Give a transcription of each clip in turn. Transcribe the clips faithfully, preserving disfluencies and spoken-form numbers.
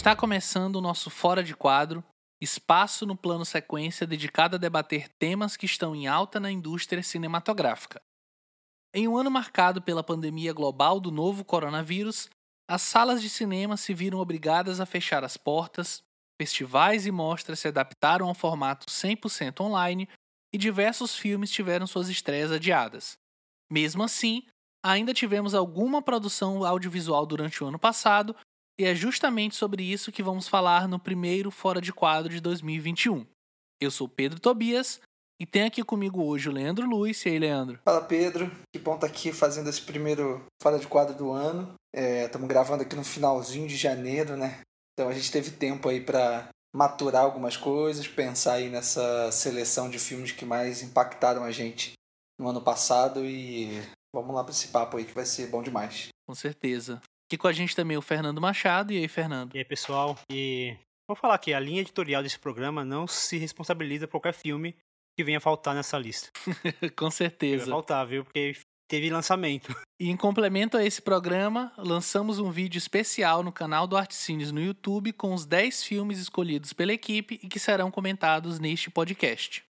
Está começando o nosso Fora de Quadro, espaço no plano sequência dedicado a debater temas que estão em alta na indústria cinematográfica. Em um ano marcado pela pandemia global do novo coronavírus, as salas de cinema se viram obrigadas a fechar as portas, festivais e mostras se adaptaram ao formato cem por cento online e diversos filmes tiveram suas estreias adiadas. Mesmo assim, ainda tivemos alguma produção audiovisual durante o ano passado, e é justamente sobre isso que vamos falar no primeiro Fora de Quadro de dois mil e vinte e um. Eu sou Pedro Tobias e tenho aqui comigo hoje o Leandro Luiz. E aí, Leandro? Fala, Pedro. Que bom estar aqui fazendo esse primeiro Fora de Quadro do ano. Estamos é, gravando aqui no finalzinho de janeiro, né? Então a gente teve tempo aí para maturar algumas coisas, pensar aí nessa seleção de filmes que mais impactaram a gente no ano passado e vamos lá para esse papo aí que vai ser bom demais. Com certeza. Aqui com a gente também o Fernando Machado. E aí, Fernando? E aí, pessoal? E vou falar aqui, a linha editorial desse programa não se responsabiliza por qualquer filme que venha faltar nessa lista. Com certeza. Vai faltar, viu? Porque teve lançamento. E em complemento a esse programa, lançamos um vídeo especial no canal do Artcines no YouTube com os dez filmes escolhidos pela equipe e que serão comentados neste podcast.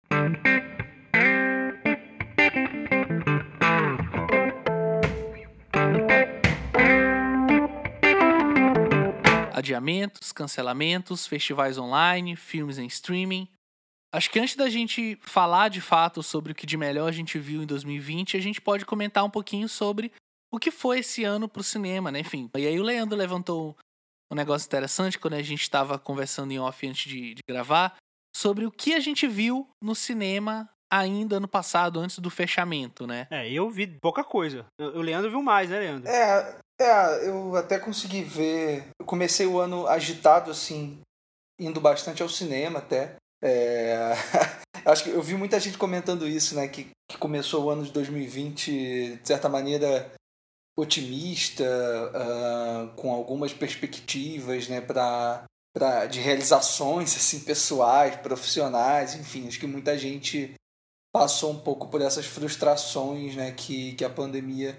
Adiamentos, cancelamentos, festivais online, filmes em streaming. Acho que antes da gente falar de fato sobre o que de melhor a gente viu em dois mil e vinte, a gente pode comentar um pouquinho sobre o que foi esse ano pro cinema, né? Enfim, e aí o Leandro levantou um negócio interessante quando a gente estava conversando em off antes de, de gravar, sobre o que a gente viu no cinema ainda ano passado, antes do fechamento, né? É, eu vi pouca coisa. O Leandro viu mais, né, Leandro? É, é, eu até consegui ver. Eu comecei o ano agitado, assim, indo bastante ao cinema até. É... Acho que eu vi muita gente comentando isso, né? Que, que começou o ano de dois mil e vinte, de certa maneira, otimista, uh, com algumas perspectivas, né? Pra, pra, de realizações assim, pessoais, profissionais, enfim. Acho que muita gente passou um pouco por essas frustrações, né? Que, que a pandemia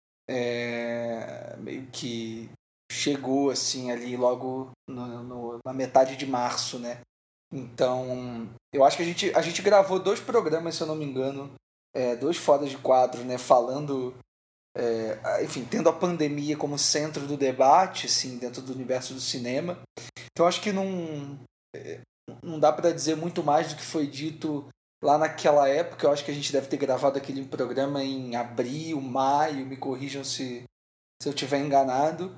é, meio que chegou assim ali logo no, no, na metade de março, né? Então, eu acho que a gente, a gente gravou dois programas, se eu não me engano, é, dois Foras de Quadro, né? Falando, é, enfim, tendo a pandemia como centro do debate, assim, dentro do universo do cinema. Então, acho que não, é, não dá para dizer muito mais do que foi dito lá naquela época. Eu acho que a gente deve ter gravado aquele programa em abril, maio, me corrijam se, se eu estiver enganado.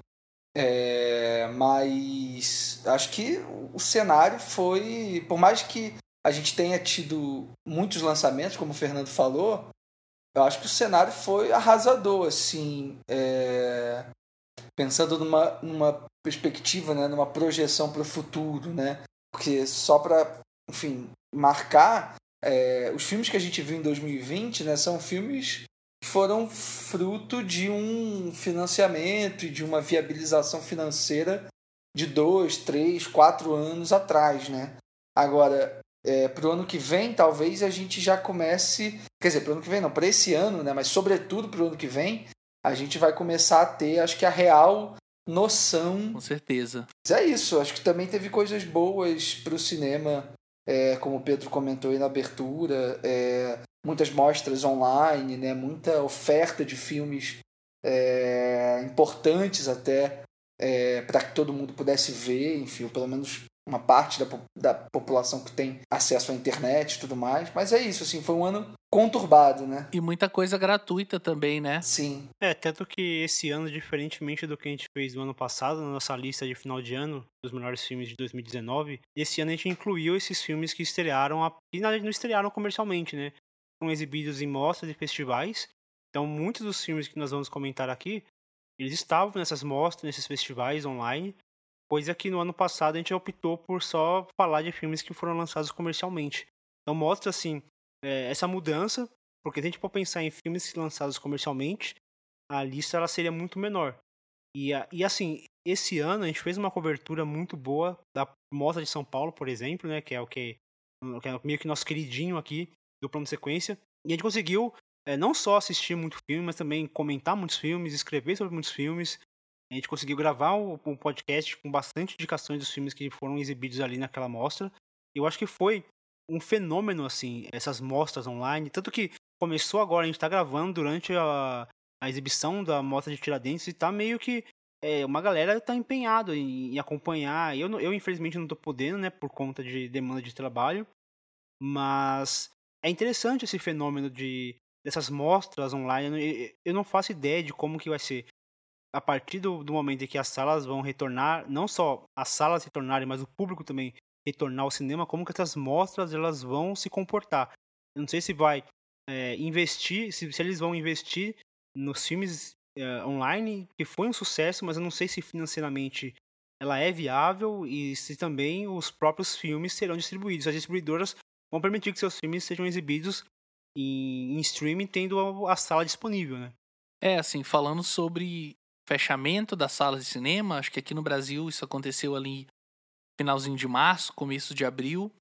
É, mas acho que o cenário foi, por mais que a gente tenha tido muitos lançamentos, como o Fernando falou, eu acho que o cenário foi arrasador, assim, é, pensando numa, numa perspectiva, né, numa projeção para o futuro, né, porque só para, enfim, marcar, é, os filmes que a gente viu em dois mil e vinte, né, são filmes foram fruto de um financiamento e de uma viabilização financeira de dois, três, quatro anos atrás, né? Agora, é, para o ano que vem, talvez a gente já comece... Quer dizer, para o ano que vem não, para esse ano, né? Mas sobretudo para o ano que vem, a gente vai começar a ter, acho que a real noção... Com certeza. Mas é isso, acho que também teve coisas boas para o cinema, é, como o Pedro comentou aí na abertura, é, muitas mostras online, né? Muita oferta de filmes é, importantes até é, para que todo mundo pudesse ver, enfim, ou pelo menos uma parte da, da população que tem acesso à internet e tudo mais. Mas é isso, assim, foi um ano conturbado, né? E muita coisa gratuita também, né? Sim. É, tanto que esse ano, diferentemente do que a gente fez no ano passado, na nossa lista de final de ano, dos melhores filmes de dois mil e dezenove, esse ano a gente incluiu esses filmes que estrearam, a... e na verdade não estrearam comercialmente, né? Foram exibidos em mostras e festivais. Então, muitos dos filmes que nós vamos comentar aqui, eles estavam nessas mostras, nesses festivais online, coisa que no ano passado a gente optou por só falar de filmes que foram lançados comercialmente. Então, mostra, assim, é, essa mudança, porque se a gente for pensar em filmes lançados comercialmente, a lista ela seria muito menor. E, e, assim, esse ano a gente fez uma cobertura muito boa da Mostra de São Paulo, por exemplo, né, que é o que, que é meio que nosso queridinho aqui, do plano de sequência, e a gente conseguiu é, não só assistir muito filme, mas também comentar muitos filmes, escrever sobre muitos filmes, A gente conseguiu gravar um, um podcast com bastante indicações dos filmes que foram exibidos ali naquela mostra. Eu acho que foi um fenômeno, assim, essas mostras online. Tanto que começou agora, a gente tá gravando durante a, a exibição da mostra de Tiradentes e tá meio que é, uma galera tá empenhado em, em acompanhar. Eu, não- eu, infelizmente, não tô podendo, né, por conta de demanda de trabalho. Mas é interessante esse fenômeno de dessas mostras online. Eu, não- eu eu não faço ideia de como que vai ser a partir do, do momento em que as salas vão retornar, não só as salas retornarem, mas o público também retornar ao cinema, como que essas mostras elas vão se comportar. Eu não sei se vai é, investir, se, se eles vão investir nos filmes é, online, que foi um sucesso, mas eu não sei se financeiramente ela é viável e se também os próprios filmes serão distribuídos. As distribuidoras vão permitir que seus filmes sejam exibidos em, em streaming, tendo a, a sala disponível, né? É, assim, falando sobre fechamento das salas de cinema, acho que aqui no Brasil isso aconteceu ali finalzinho de março, começo de abril.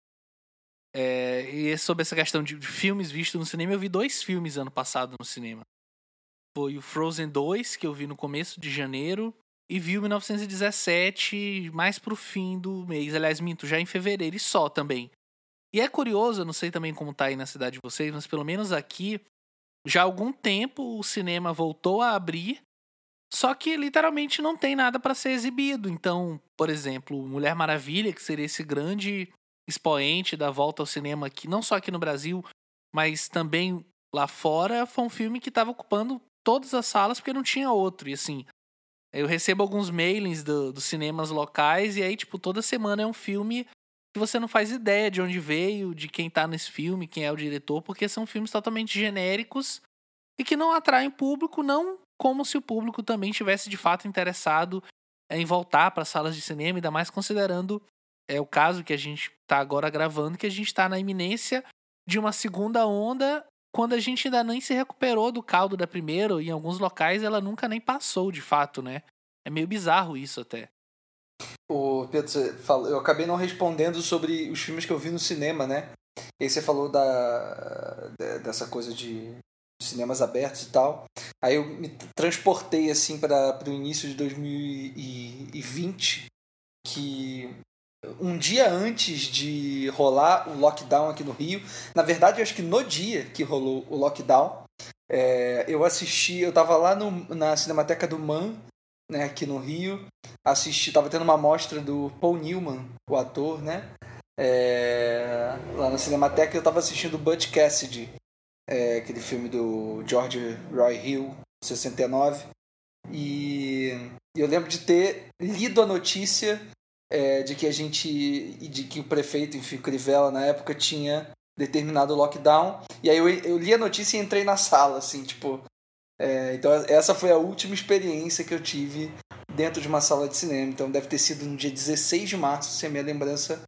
É, e sobre essa questão de filmes vistos no cinema, eu vi dois filmes ano passado no cinema. Foi o Frozen dois, que eu vi no começo de janeiro, e vi o mil novecentos e dezessete mais pro fim do mês. Aliás, minto, já em fevereiro, e só também. E é curioso, eu não sei também como tá aí na cidade de vocês, mas pelo menos aqui, já há algum tempo o cinema voltou a abrir, só que literalmente não tem nada para ser exibido. Então, por exemplo, Mulher Maravilha, que seria esse grande expoente da volta ao cinema aqui, não só aqui no Brasil, mas também lá fora, foi um filme que estava ocupando todas as salas porque não tinha outro. E assim, eu recebo alguns mailings do- dos cinemas locais e aí, tipo, toda semana é um filme que você não faz ideia de onde veio, de quem tá nesse filme, quem é o diretor, porque são filmes totalmente genéricos e que não atraem público, não como se o público também tivesse de fato interessado em voltar para salas de cinema, ainda mais considerando é o caso que a gente está agora gravando, que a gente está na iminência de uma segunda onda, quando a gente ainda nem se recuperou do caldo da primeira, e em alguns locais ela nunca nem passou de fato, né? É meio bizarro isso até. O Pedro, você falou, eu acabei não respondendo sobre os filmes que eu vi no cinema, né? E aí você falou da, da- dessa coisa de cinemas abertos e tal. Aí eu me transportei assim para o início de dois mil e vinte, que um dia antes de rolar o lockdown aqui no Rio, na verdade eu acho que no dia que rolou o lockdown, é, eu assisti, eu tava lá no, na Cinemateca do Man, né, aqui no Rio, assisti, tava tendo uma mostra do Paul Newman, o ator, né, é, lá na Cinemateca eu tava assistindo Butch Cassidy, é, aquele filme do George Roy Hill, sessenta e nove, e eu lembro de ter lido a notícia é, de que a gente, e de que o prefeito, enfim, Crivella, na época, tinha determinado o lockdown, e aí eu, eu li a notícia e entrei na sala, assim, tipo, é, então essa foi a última experiência que eu tive dentro de uma sala de cinema. Então deve ter sido no dia dezesseis de março, se a minha lembrança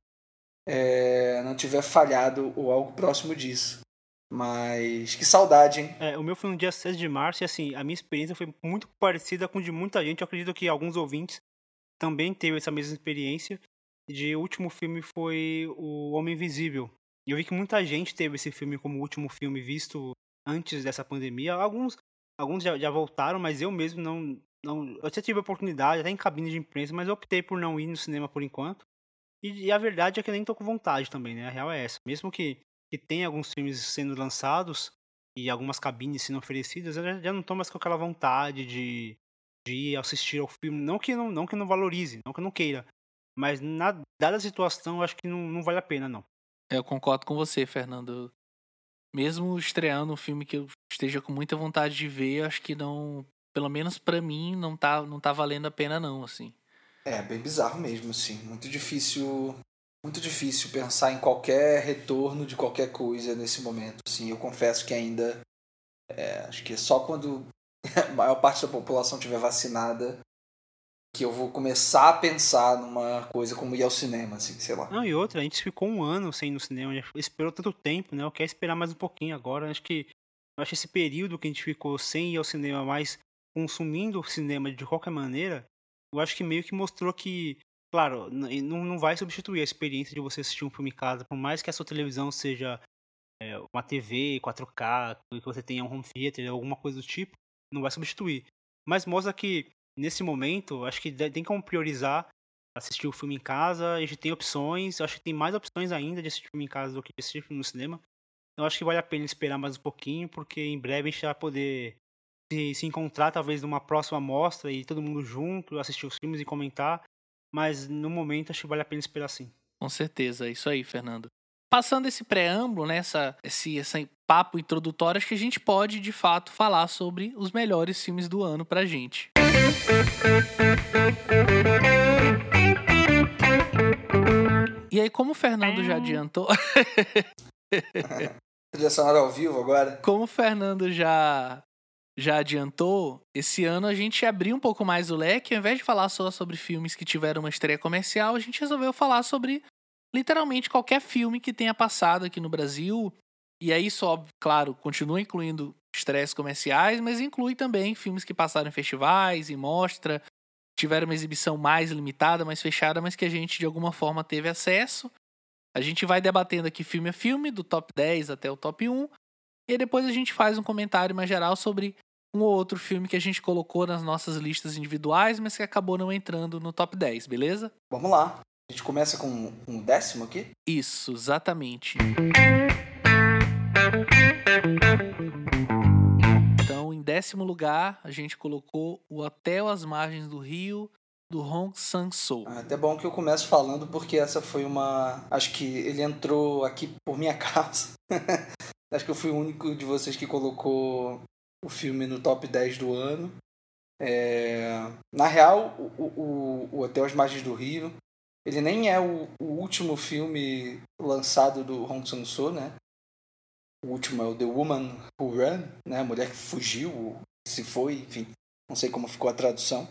é, não tiver falhado ou algo próximo disso. Mas que saudade, hein? É, o meu foi no dia seis de março e, assim, a minha experiência foi muito parecida com de muita gente. Eu acredito que alguns ouvintes também teve essa mesma experiência. De o último filme foi O Homem Invisível. E eu vi que muita gente teve esse filme como último filme visto antes dessa pandemia. Alguns, alguns já, já voltaram, mas eu mesmo não, não. Eu até tive a oportunidade, até em cabine de imprensa, mas eu optei por não ir no cinema por enquanto. E, e a verdade é que eu nem tô com vontade também, né? A real é essa. Mesmo que, que tenha alguns filmes sendo lançados e algumas cabines sendo oferecidas, eu já, já não tô mais com aquela vontade de, de ir assistir ao filme. Não que não, não que não valorize, não que eu não queira. Mas na dada a situação, eu acho que não, não vale a pena, não. É, eu concordo com você, Fernando. Mesmo estreando um filme que eu esteja com muita vontade de ver, eu acho que não, pelo menos pra mim, não tá, não tá valendo a pena não, assim. É bem bizarro mesmo, assim. Muito difícil, muito difícil pensar em qualquer retorno de qualquer coisa nesse momento. Assim, eu confesso que ainda, é, acho que é só quando a maior parte da população estiver vacinada que eu vou começar a pensar numa coisa como ir ao cinema, assim, sei lá. Não, e outra, a gente ficou um ano sem ir no cinema, já esperou tanto tempo, né? Eu quero esperar mais um pouquinho agora. Acho que eu acho esse período que a gente ficou sem ir ao cinema, mas consumindo o cinema de qualquer maneira, eu acho que meio que mostrou que, claro, n- não, não vai substituir a experiência de você assistir um filme em casa, por mais que a sua televisão seja é, uma T V quatro K, que você tenha um home theater, alguma coisa do tipo, não vai substituir. Mas mostra que nesse momento, acho que tem como priorizar assistir o filme em casa. A gente tem opções, acho que tem mais opções ainda de assistir filme em casa do que de assistir filme no cinema. Então acho que vale a pena esperar mais um pouquinho, porque em breve a gente vai poder se, se encontrar, talvez numa próxima mostra e todo mundo junto, assistir os filmes e comentar. Mas no momento acho que vale a pena esperar sim. Com certeza, é isso aí, Fernando. Passando esse preâmbulo, né, essa, esse, esse papo introdutório, acho que a gente pode, de fato, falar sobre os melhores filmes do ano pra gente. E aí, como o Fernando já adiantou... Trilha sonora ao vivo agora. Como o Fernando já, já adiantou, esse ano a gente abriu um pouco mais o leque. Ao invés de falar só sobre filmes que tiveram uma estreia comercial, a gente resolveu falar sobre literalmente qualquer filme que tenha passado aqui no Brasil. E aí só, claro, continua incluindo estreias comerciais, mas inclui também filmes que passaram em festivais, em mostra, tiveram uma exibição mais limitada, mais fechada, mas que a gente de alguma forma teve acesso. A gente vai debatendo aqui filme a filme, do top dez até o top um, e depois a gente faz um comentário mais geral sobre um ou outro filme que a gente colocou nas nossas listas individuais, mas que acabou não entrando no top dez, beleza? Vamos lá. A gente começa com, com o décimo aqui? Isso, exatamente. Então, em décimo lugar, a gente colocou O Hotel às Margens do Rio, do Hong Sang-soo. Ah, até bom que eu começo falando, porque essa foi uma... Acho que ele entrou aqui por minha causa. Acho que eu fui o único de vocês que colocou o filme no top dez do ano. É... Na real, o, o, o Hotel às Margens do Rio, ele nem é o, o último filme lançado do Hong Sang-soo, né? O último é o The Woman Who Ran, né? A mulher que fugiu, se foi, enfim. Não sei como ficou a tradução.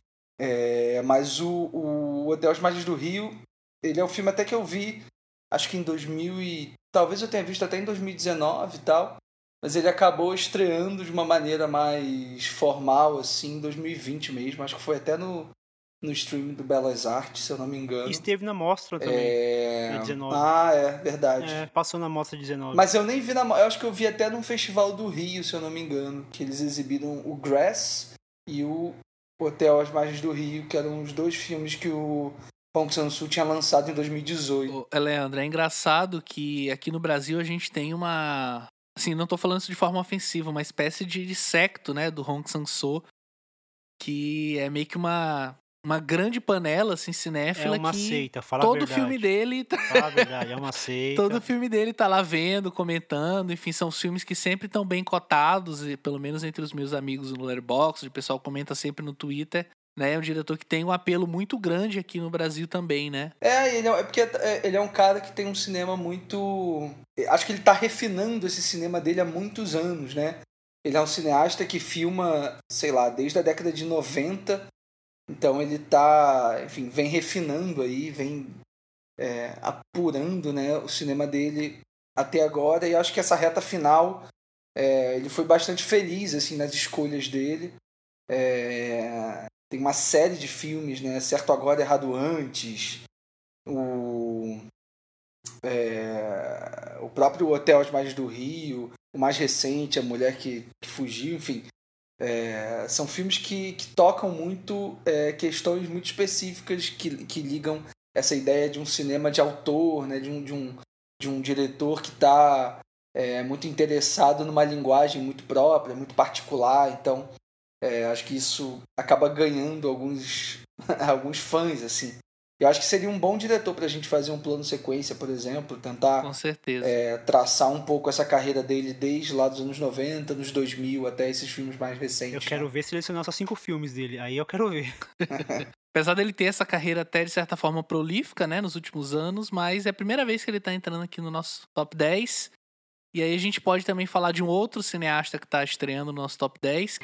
É, mas o, o Hotel às Margens do Rio, ele é um filme até que eu vi, acho que em dois mil e... Talvez eu tenha visto até em dois mil e dezenove e tal, mas ele acabou estreando de uma maneira mais formal, assim, em dois mil e vinte mesmo. Acho que foi até no, no stream do Belas Artes, se eu não me engano. E esteve na mostra também, é... na dezenove. Ah, é, verdade. É, passou na mostra dezenove. Mas eu nem vi na... Eu acho que eu vi até num festival do Rio, se eu não me engano, que eles exibiram o Grass e o Hotel às Margens do Rio, que eram os dois filmes que o Hong Sang-soo tinha lançado em dois mil e dezoito. Ô, Leandro, é engraçado que aqui no Brasil a gente tem uma... Assim, não tô falando isso de forma ofensiva, uma espécie de, de secto, né, do Hong Sang-soo, que é meio que uma, uma grande panela, assim, cinéfila. É uma que seita, fala todo a verdade. filme dele... Fala a verdade, é uma seita. Todo filme dele tá lá vendo, comentando, enfim, são os filmes que sempre estão bem cotados, e pelo menos entre os meus amigos no Letterboxd, o pessoal comenta sempre no Twitter, né? É um diretor que tem um apelo muito grande aqui no Brasil também, né? É, ele é, é porque é, ele é um cara que tem um cinema muito... Acho que ele tá refinando esse cinema dele há muitos anos, né? Ele é um cineasta que filma, sei lá, desde a década de noventa, então ele tá, enfim, vem refinando aí, vem é, apurando, né, o cinema dele até agora, e acho que essa reta final é, ele foi bastante feliz assim, nas escolhas dele. É, tem uma série de filmes, né, Certo Agora, Errado Antes, o, é, o próprio Hotel às Margens do Rio, o mais recente, A Mulher que, que Fugiu, enfim. É, são filmes que, que tocam muito é, questões muito específicas que, que ligam essa ideia de um cinema de autor, né, de, um, de, um, de um diretor que está é, muito interessado numa linguagem muito própria, muito particular. Então, é, acho que isso acaba ganhando alguns, alguns fãs, assim. Eu acho que seria um bom diretor para a gente fazer um plano sequência, por exemplo, tentar Com certeza. É, traçar um pouco essa carreira dele desde lá dos anos noventa, nos dois mil, até esses filmes mais recentes. Eu quero né? ver selecionar só cinco filmes dele, aí eu quero ver. Apesar dele ter essa carreira até, de certa forma, prolífica, né, nos últimos anos, mas é a primeira vez que ele tá entrando aqui no nosso top dez. E aí a gente pode também falar de um outro cineasta que tá estreando no nosso top dez.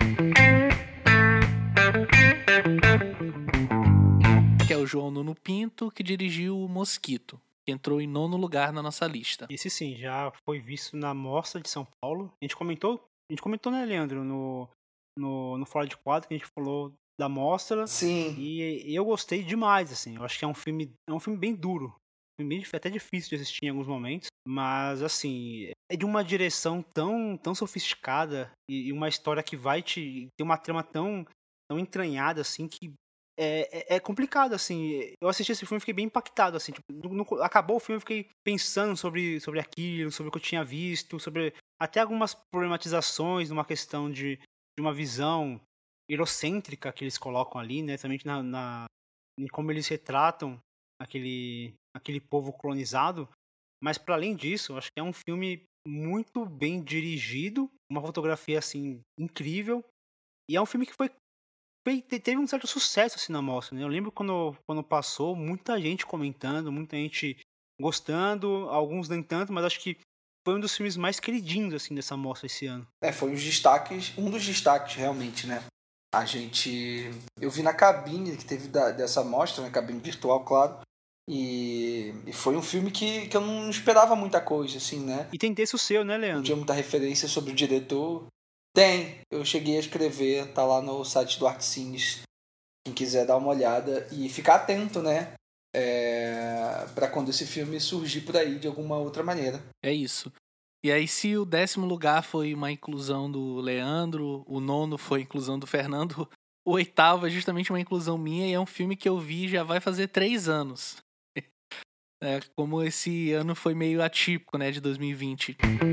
Que é o João Nuno Pinto, que dirigiu o Mosquito, que entrou em nono lugar na nossa lista. Esse sim, já foi visto na Mostra de São Paulo. A gente comentou, a gente comentou, né, Leandro, no, no, no Fora de Quadro, que a gente falou da Mostra. Sim. E eu gostei demais, assim. Eu acho que é um filme, é um filme bem duro. Bem, até difícil de assistir em alguns momentos. Mas, assim, é de uma direção tão, tão sofisticada e, e uma história que vai te... Tem uma trama tão... tão entranhada, assim, que é, é, é complicado, assim. Eu assisti esse filme e fiquei bem impactado, assim. Tipo, no, no, acabou o filme, eu fiquei pensando sobre, sobre aquilo, sobre o que eu tinha visto, sobre até algumas problematizações, numa questão de, de uma visão eurocêntrica que eles colocam ali, né? Também na, na, em como eles retratam aquele, aquele povo colonizado. Mas, para além disso, eu acho que é um filme muito bem dirigido, uma fotografia, assim, incrível. E é um filme que foi teve um certo sucesso assim na mostra, né? Eu lembro quando, quando passou, muita gente comentando, muita gente gostando, alguns nem tanto, mas acho que foi um dos filmes mais queridinhos assim dessa mostra esse ano. É, foi um dos destaques, um dos destaques realmente, né? A gente, eu vi na cabine que teve da, dessa mostra, na cabine virtual, claro, e, e foi um filme que, que eu não esperava muita coisa, assim, né? E tem texto seu, né, Leandro? Não tinha muita referência sobre o diretor. Tem, eu cheguei a escrever, tá lá no site do ArtCines, quem quiser dar uma olhada e ficar atento, né, é, para quando esse filme surgir por aí de alguma outra maneira. É isso. E aí, se o décimo lugar foi uma inclusão do Leandro, o nono foi a inclusão do Fernando, o oitavo é justamente uma inclusão minha e é um filme que eu vi já vai fazer três anos. É, como esse ano foi meio atípico, né, de dois mil e vinte.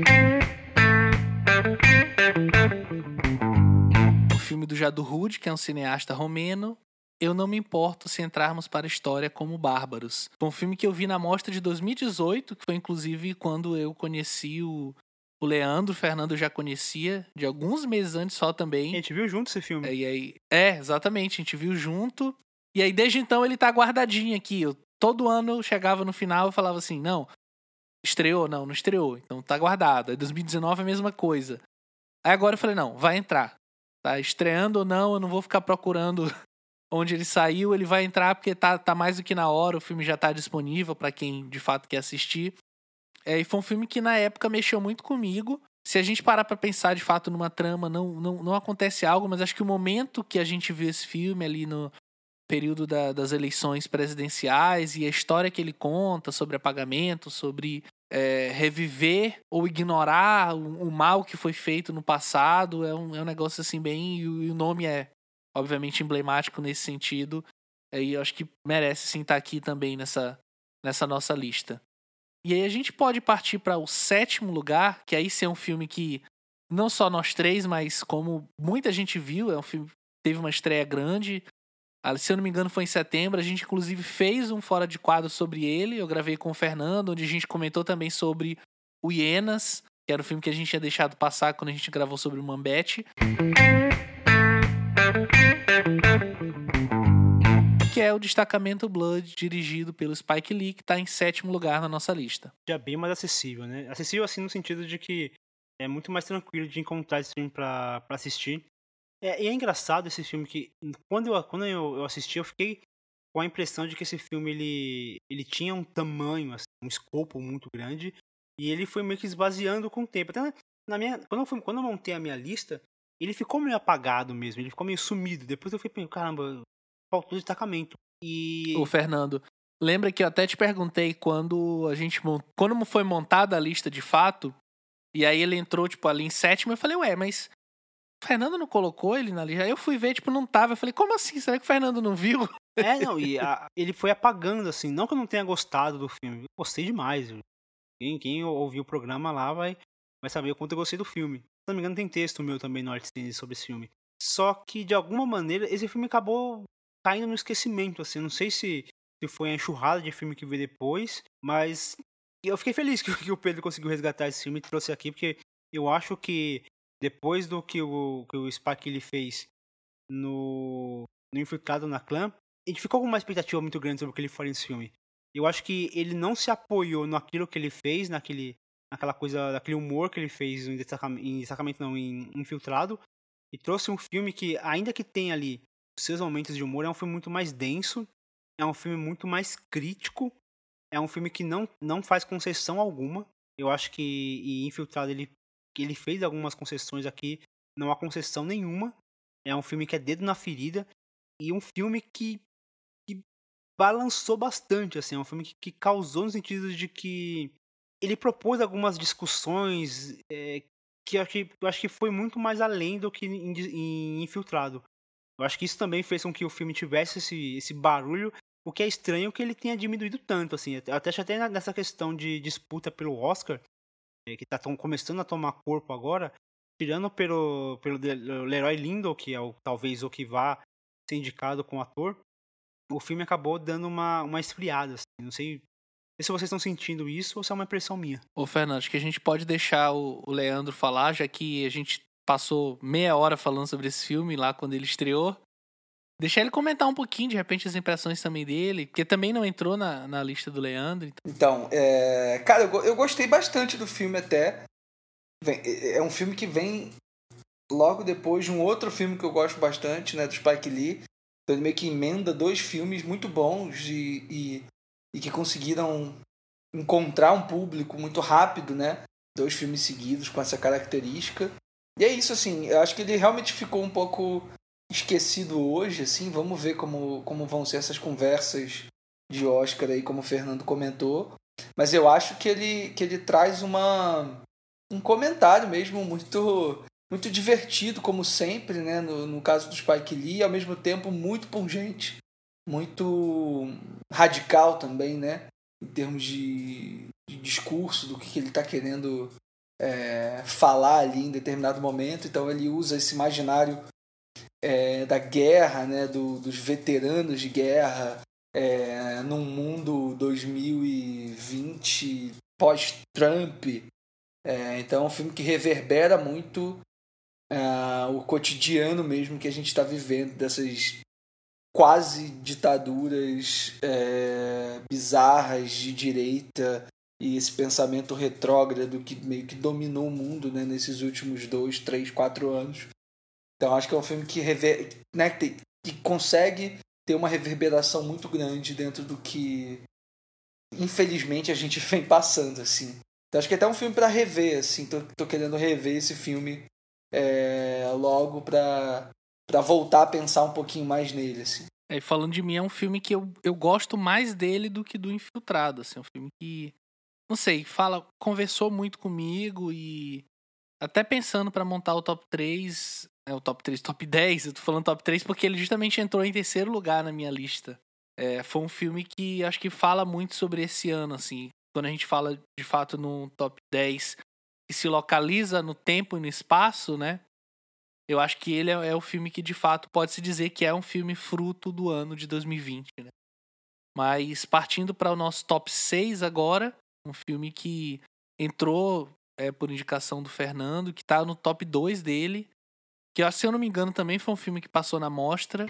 O filme do Jadu Hood, que é um cineasta romeno, Eu Não Me Importo Se Entrarmos para a História como Bárbaros. Foi um filme que eu vi na mostra de dois mil e dezoito, que foi inclusive quando eu conheci o, o Leandro, o Fernando eu já conhecia, de alguns meses antes só também. A gente viu junto esse filme. É, e aí, é, exatamente, a gente viu junto. E aí desde então ele tá guardadinho aqui. Eu, todo ano eu chegava no final e falava assim, não, estreou? Não, não estreou, então tá guardado. Aí dois mil e dezenove é a mesma coisa. Aí agora eu falei, não, vai entrar. Tá estreando ou não, eu não vou ficar procurando onde ele saiu, ele vai entrar porque tá, tá mais do que na hora, o filme já tá disponível pra quem de fato quer assistir. É, e foi um filme que na época mexeu muito comigo. Se a gente parar pra pensar de fato numa trama, não, não, não acontece algo, mas acho que o momento que a gente viu esse filme ali no período da, das eleições presidenciais e a história que ele conta sobre apagamento, sobre é, reviver ou ignorar o, o mal que foi feito no passado, é um, é um negócio assim bem... E o, e o nome é obviamente emblemático nesse sentido, e eu acho que merece sim estar aqui também nessa, nessa nossa lista. E aí a gente pode partir para o sétimo lugar, que aí sim é um filme que não só nós três, mas como muita gente viu, é um filme que teve uma estreia grande. Se eu não me engano foi em setembro, a gente inclusive fez um Fora de Quadro sobre ele, eu gravei com o Fernando, onde a gente comentou também sobre o Hienas, que era o filme que a gente tinha deixado passar quando a gente gravou sobre o Mambete. Que é o Destacamento Blood, dirigido pelo Spike Lee, que está em sétimo lugar na nossa lista. Já bem mais acessível, né? Acessível assim no sentido de que é muito mais tranquilo de encontrar esse filme pra, pra assistir. É, e é engraçado esse filme que, quando eu, quando eu, eu assisti, eu fiquei com a impressão de que esse filme, ele, ele tinha um tamanho, assim, um escopo muito grande, e ele foi meio que esvaziando com o tempo. Até na minha, quando, eu fui, quando eu montei a minha lista, ele ficou meio apagado mesmo, ele ficou meio sumido. Depois eu fui pensando, caramba, faltou destacamento. E... Ô, Fernando, lembra que eu até te perguntei quando a gente quando foi montada a lista de fato, e aí ele entrou, tipo, ali em sétimo, eu falei, ué, mas o Fernando não colocou ele na lista? Aí eu fui ver, tipo, não tava. Eu falei, como assim? Será que o Fernando não viu? É, não, e a, ele foi apagando, assim, não que eu não tenha gostado do filme, eu gostei demais. Quem, quem ouviu o programa lá vai, vai saber o quanto eu gostei do filme. Se não me engano, tem texto meu também no ArtScene sobre esse filme. Só que, de alguma maneira, esse filme acabou caindo no esquecimento, assim. Não sei se, se foi a enxurrada de filme que veio depois, mas eu fiquei feliz que, que o Pedro conseguiu resgatar esse filme e trouxe aqui, porque eu acho que depois do que o, que o Spike ele fez no, no Infiltrado na Clã, a gente ficou com uma expectativa muito grande sobre o que ele faria nesse filme. Eu acho que ele não se apoiou naquilo que ele fez, naquele, naquela coisa, naquele humor que ele fez em destacamento, em destacamento não, em Infiltrado, e trouxe um filme que, ainda que tenha ali os seus momentos de humor, é um filme muito mais denso, é um filme muito mais crítico, é um filme que não, não faz concessão alguma. Eu acho que em Infiltrado ele, ele fez algumas concessões aqui, não há concessão nenhuma. É um filme que é dedo na ferida, e um filme que balançou bastante, assim, é um filme que, que causou no sentido de que ele propôs algumas discussões é, que eu acho que, eu acho que foi muito mais além do que em, em Infiltrado. Eu acho que isso também fez com que o filme tivesse esse, esse barulho, o que é estranho que ele tenha diminuído tanto, assim. Eu até acho até nessa questão de disputa pelo Oscar, que tá tão, começando a tomar corpo agora, tirando pelo, pelo Leroy Lindo, que é o, talvez o que vá ser indicado com o ator, o filme acabou dando uma, uma esfriada, assim. Não sei, não sei se vocês estão sentindo isso ou se é uma impressão minha. Ô, Fernando, acho que a gente pode deixar o, o Leandro falar, já que a gente passou meia hora falando sobre esse filme lá quando ele estreou. Deixar ele comentar um pouquinho, de repente, as impressões também dele, porque também não entrou na, na lista do Leandro. Então, então é... cara, eu, eu gostei bastante do filme até. Vem, é um filme que vem logo depois de um outro filme que eu gosto bastante, né, do Spike Lee. Então ele meio que emenda dois filmes muito bons e, e, e que conseguiram encontrar um público muito rápido, né? Dois filmes seguidos com essa característica. E é isso, assim, eu acho que ele realmente ficou um pouco esquecido hoje, assim. Vamos ver como, como vão ser essas conversas de Oscar aí, como o Fernando comentou. Mas eu acho que ele, que ele traz uma, um comentário mesmo muito, muito divertido, como sempre, né? No, no caso do Spike Lee, e ao mesmo tempo muito pungente, muito radical também, né? Em termos de, de discurso, do que, que ele está querendo é, falar ali em determinado momento. Então ele usa esse imaginário é, da guerra, né, do, dos veteranos de guerra, é, num mundo dois mil e vinte pós-Trump. É, então é um filme que reverbera muito é, o cotidiano mesmo que a gente está vivendo, dessas quase ditaduras é, bizarras de direita e esse pensamento retrógrado que meio que dominou o mundo, né, nesses últimos dois, três, quatro anos. Então acho que é um filme que, rever, né, que, que consegue ter uma reverberação muito grande dentro do que infelizmente a gente vem passando, assim. Então acho que é até um filme para rever, assim. Tô, tô querendo rever esse filme é, logo para para voltar a pensar um pouquinho mais nele, assim. É, falando de mim, é um filme que eu, eu gosto mais dele do que do Infiltrado, assim. É um filme que, não sei, fala, conversou muito comigo e até pensando pra montar o top três, é, o top três, top dez, eu tô falando top três porque ele justamente entrou em terceiro lugar na minha lista. É, foi um filme que acho que fala muito sobre esse ano, assim. Quando a gente fala, de fato, no top dez que se localiza no tempo e no espaço, né? Eu acho que ele é, é o filme que, de fato, pode-se dizer que é um filme fruto do ano de dois mil e vinte, né? Mas partindo para o nosso top seis agora, um filme que entrou é, por indicação do Fernando, que tá no top dois dele, que, se eu não me engano, também foi um filme que passou na mostra.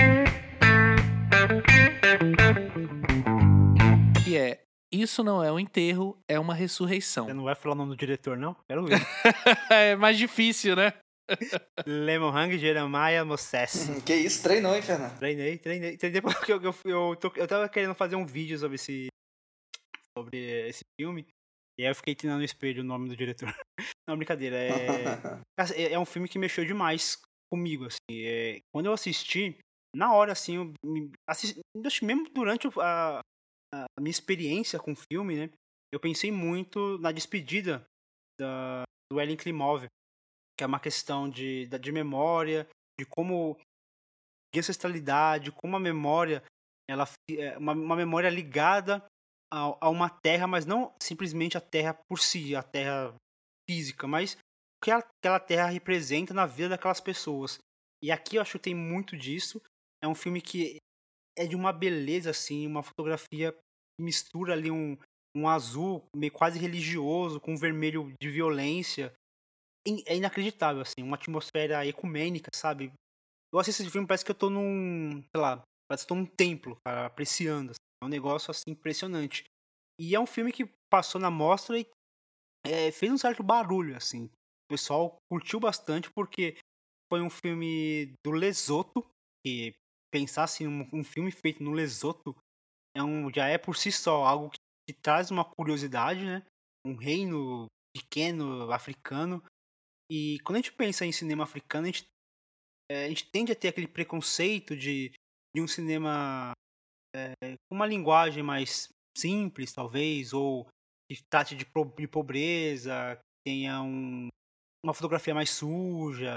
Que é Isso Não É um Enterro, É Uma Ressurreição. Você não vai falar o nome do diretor, não? Quero ver. É mais difícil, né? Lemon Hang, Jeremiah Moses. Que isso, treinou, hein, Fernando? Treinei, treinei. Treinei porque eu, eu, eu, tô, eu tava querendo fazer um vídeo sobre esse, sobre esse filme. E aí eu fiquei treinando no espelho o nome do diretor. Não, brincadeira. É, é, é um filme que mexeu demais comigo, assim. É, quando eu assisti, na hora, assim, eu assisti, mesmo durante a, a minha experiência com o filme, né? Eu pensei muito na despedida da, do Ellen Klimov, que é uma questão de, de memória, de como, de ancestralidade, como a memória, ela é uma, uma memória ligada a, a uma terra, mas não simplesmente a terra por si, a terra física, mas o que aquela terra representa na vida daquelas pessoas. E aqui eu acho que tem muito disso. É um filme que é de uma beleza, assim, uma fotografia que mistura ali um, um azul meio quase religioso com um vermelho de violência. É inacreditável, assim, uma atmosfera ecumênica, sabe? Eu assisto esse filme, parece que eu tô num, sei lá, parece que eu tô num templo, cara, apreciando, assim. É um negócio, assim, impressionante. E é um filme que passou na mostra e é, fez um certo barulho, assim. O pessoal curtiu bastante porque foi um filme do Lesoto, que pensar, assim, um, um filme feito no Lesoto é um, já é por si só algo que, que traz uma curiosidade, né? Um reino pequeno, africano. E quando a gente pensa em cinema africano, a gente, é, a gente tende a ter aquele preconceito de, de um cinema é, com uma linguagem mais simples, talvez, ou que trate de, de pobreza, que tenha um, uma fotografia mais suja,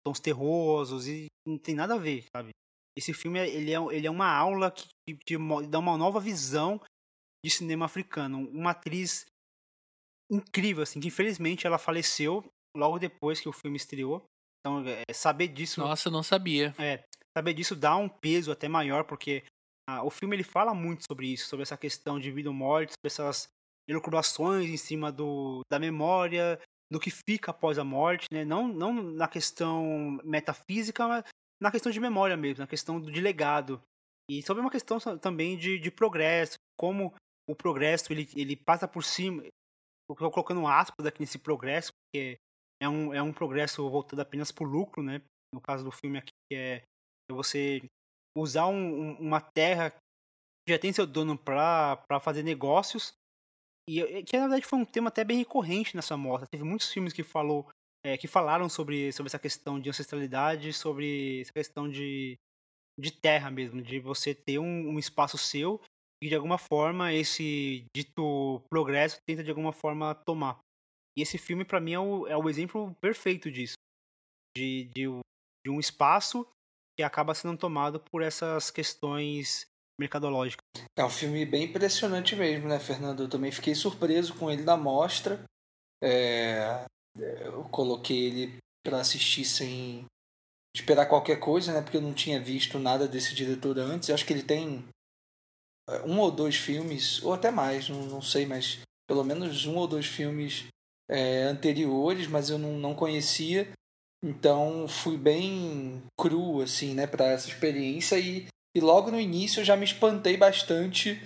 tons terrosos, e não tem nada a ver, sabe? Esse filme, ele é, ele é uma aula que, que te dá uma nova visão de cinema africano. Uma atriz incrível, assim, que infelizmente ela faleceu logo depois que o filme estreou. Então, é, saber disso... Nossa, eu não sabia. É, saber disso dá um peso até maior, porque ah, o filme ele fala muito sobre isso, sobre essa questão de vida ou morte, sobre essas elucubrações em cima do, da memória, do que fica após a morte, né? Não, não na questão metafísica, mas na questão de memória mesmo, na questão de legado. E sobre uma questão também de, de progresso, como o progresso ele, ele passa por cima, eu estou colocando aspas aqui nesse progresso, porque é um, é um progresso voltado apenas para o lucro, né? No caso do filme aqui, que é você usar um, um, uma terra que já tem seu dono para fazer negócios, e que na verdade foi um tema até bem recorrente nessa mostra. Teve muitos filmes que, falou, é, que falaram sobre, sobre essa questão de ancestralidade, sobre essa questão de, de terra mesmo, de você ter um, um espaço seu e de alguma forma esse dito progresso tenta de alguma forma tomar. E esse filme para mim é o, é o exemplo perfeito disso, de, de, de um espaço que acaba sendo tomado por essas questões mercadológicas. É um filme bem impressionante mesmo, né, Fernando? Eu também fiquei surpreso com ele na mostra. É... Eu coloquei ele para assistir sem esperar qualquer coisa, né? Porque eu não tinha visto nada desse diretor antes. Eu acho que ele tem um ou dois filmes, ou até mais, não, não sei, mas pelo menos um ou dois filmes é, anteriores, mas eu não, não conhecia. Então fui bem cru, assim, né, para essa experiência. E, e logo no início eu já me espantei bastante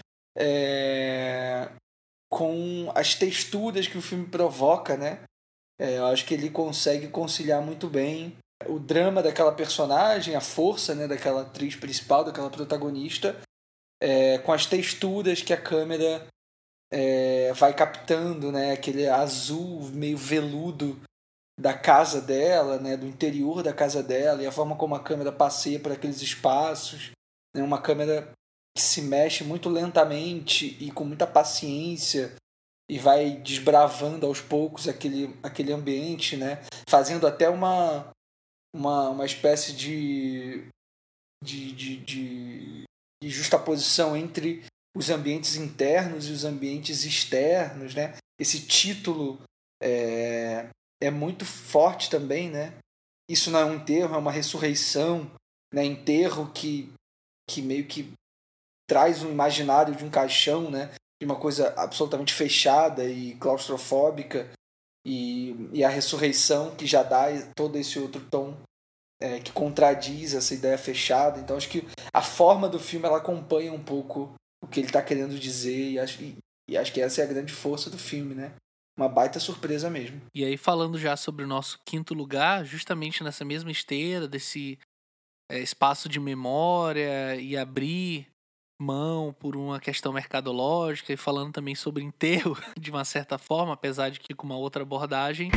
é, com as texturas que o filme provoca, né? É, eu acho que ele consegue conciliar muito bem o drama daquela personagem, a força, né, daquela atriz principal, daquela protagonista, é, com as texturas que a câmera é, vai captando, né, aquele azul meio veludo da casa dela, né, do interior da casa dela, e a forma como a câmera passeia por aqueles espaços, né, uma câmera que se mexe muito lentamente e com muita paciência, e vai desbravando aos poucos aquele, aquele ambiente, né? Fazendo até uma, uma, uma espécie de, de, de, de, de justaposição entre os ambientes internos e os ambientes externos, né? Esse título é, é muito forte também, né? Isso não é um enterro, é uma ressurreição, né? Enterro que, que meio que traz um imaginário de um caixão, né? De uma coisa absolutamente fechada e claustrofóbica, e, e a ressurreição que já dá todo esse outro tom é, que contradiz essa ideia fechada. Então acho que a forma do filme ela acompanha um pouco o que ele está querendo dizer, e acho, e, e acho que essa é a grande força do filme, né? Uma baita surpresa mesmo. E aí, falando já sobre o nosso quinto lugar, justamente nessa mesma esteira desse é, espaço de memória e abrir mão por uma questão mercadológica, e falando também sobre enterro de uma certa forma, apesar de que com uma outra abordagem,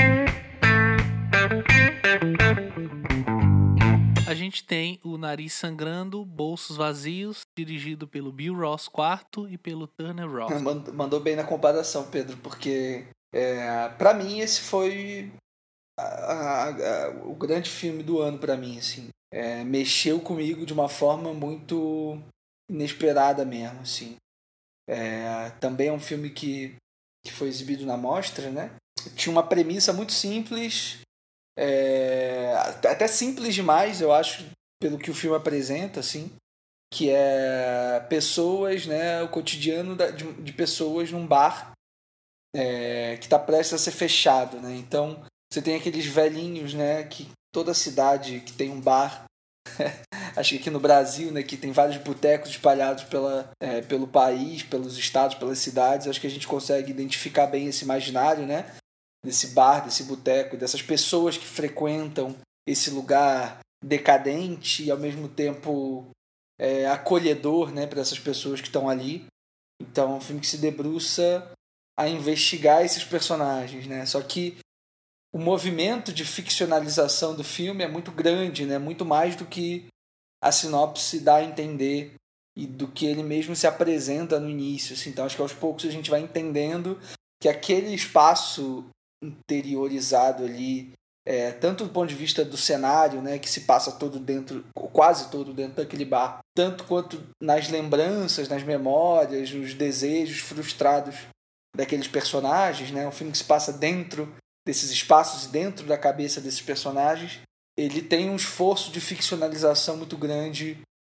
a gente tem O Nariz Sangrando, Bolsos Vazios, dirigido pelo Bill Ross quarto e pelo Turner Ross. Mandou bem na comparação, Pedro, porque é, para mim esse foi a, a, a, o grande filme do ano para mim, assim. É, mexeu comigo de uma forma muito inesperada mesmo, assim. É, também é um filme que, que foi exibido na mostra, né? Tinha uma premissa muito simples, é, até simples demais, eu acho, pelo que o filme apresenta, assim, que é pessoas, né, o cotidiano de, de pessoas num bar é, que está prestes a ser fechado, né? Então você tem aqueles velhinhos, né, que toda cidade que tem um bar acho que aqui no Brasil, né, que tem vários botecos espalhados pela, é, pelo país, pelos estados, pelas cidades, acho que a gente consegue identificar bem esse imaginário, né, desse bar, desse boteco, dessas pessoas que frequentam esse lugar decadente e ao mesmo tempo é, acolhedor, né, para essas pessoas que estão ali. Então é um filme que se debruça a investigar esses personagens, né, só que o movimento de ficcionalização do filme é muito grande, né? Muito mais do que a sinopse dá a entender e do que ele mesmo se apresenta no início. Assim. Então acho que aos poucos a gente vai entendendo que aquele espaço interiorizado ali É, tanto do ponto de vista do cenário, né, que se passa todo dentro, quase todo dentro daquele bar, tanto quanto nas lembranças, nas memórias, nos desejos frustrados daqueles personagens, né, um filme que se passa dentro desses espaços e dentro da cabeça desses personagens. Ele tem um esforço de ficcionalização muito grande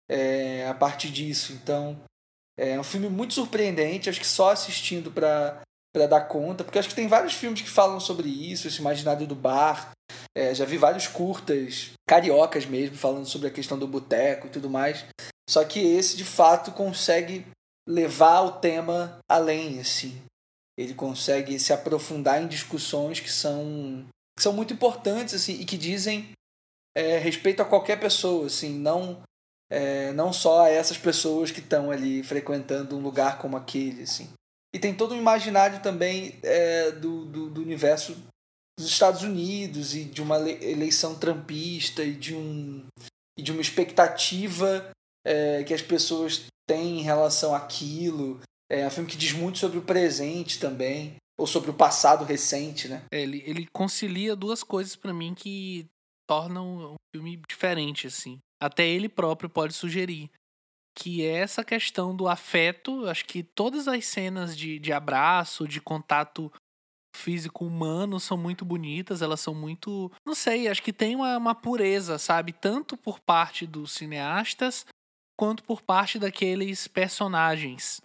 é, a partir disso. Então, é um filme muito surpreendente, acho que só assistindo para para dar conta, porque acho que tem vários filmes que falam sobre isso, esse imaginário do bar. É, já vi vários curtas, cariocas mesmo, falando sobre a questão do boteco e tudo mais. Só que esse, de fato, consegue levar o tema além, assim. Ele consegue se aprofundar em discussões que são, que são muito importantes, assim, e que dizem é, respeito a qualquer pessoa, assim, não, é, não só a essas pessoas que estão ali frequentando um lugar como aquele, assim. E tem todo um imaginário também é, do, do, do universo dos Estados Unidos e de uma eleição trumpista e de, um, e de uma expectativa é, que as pessoas têm em relação àquilo. É um filme que diz muito sobre o presente também, ou sobre o passado recente, né? É, ele, ele concilia duas coisas pra mim que tornam um filme diferente, assim. Até ele próprio pode sugerir. Que é essa questão do afeto. Acho que todas as cenas de, de abraço, de contato físico humano são muito bonitas, elas são muito... Não sei, acho que tem uma, uma pureza, sabe? Tanto por parte dos cineastas, quanto por parte daqueles personagens.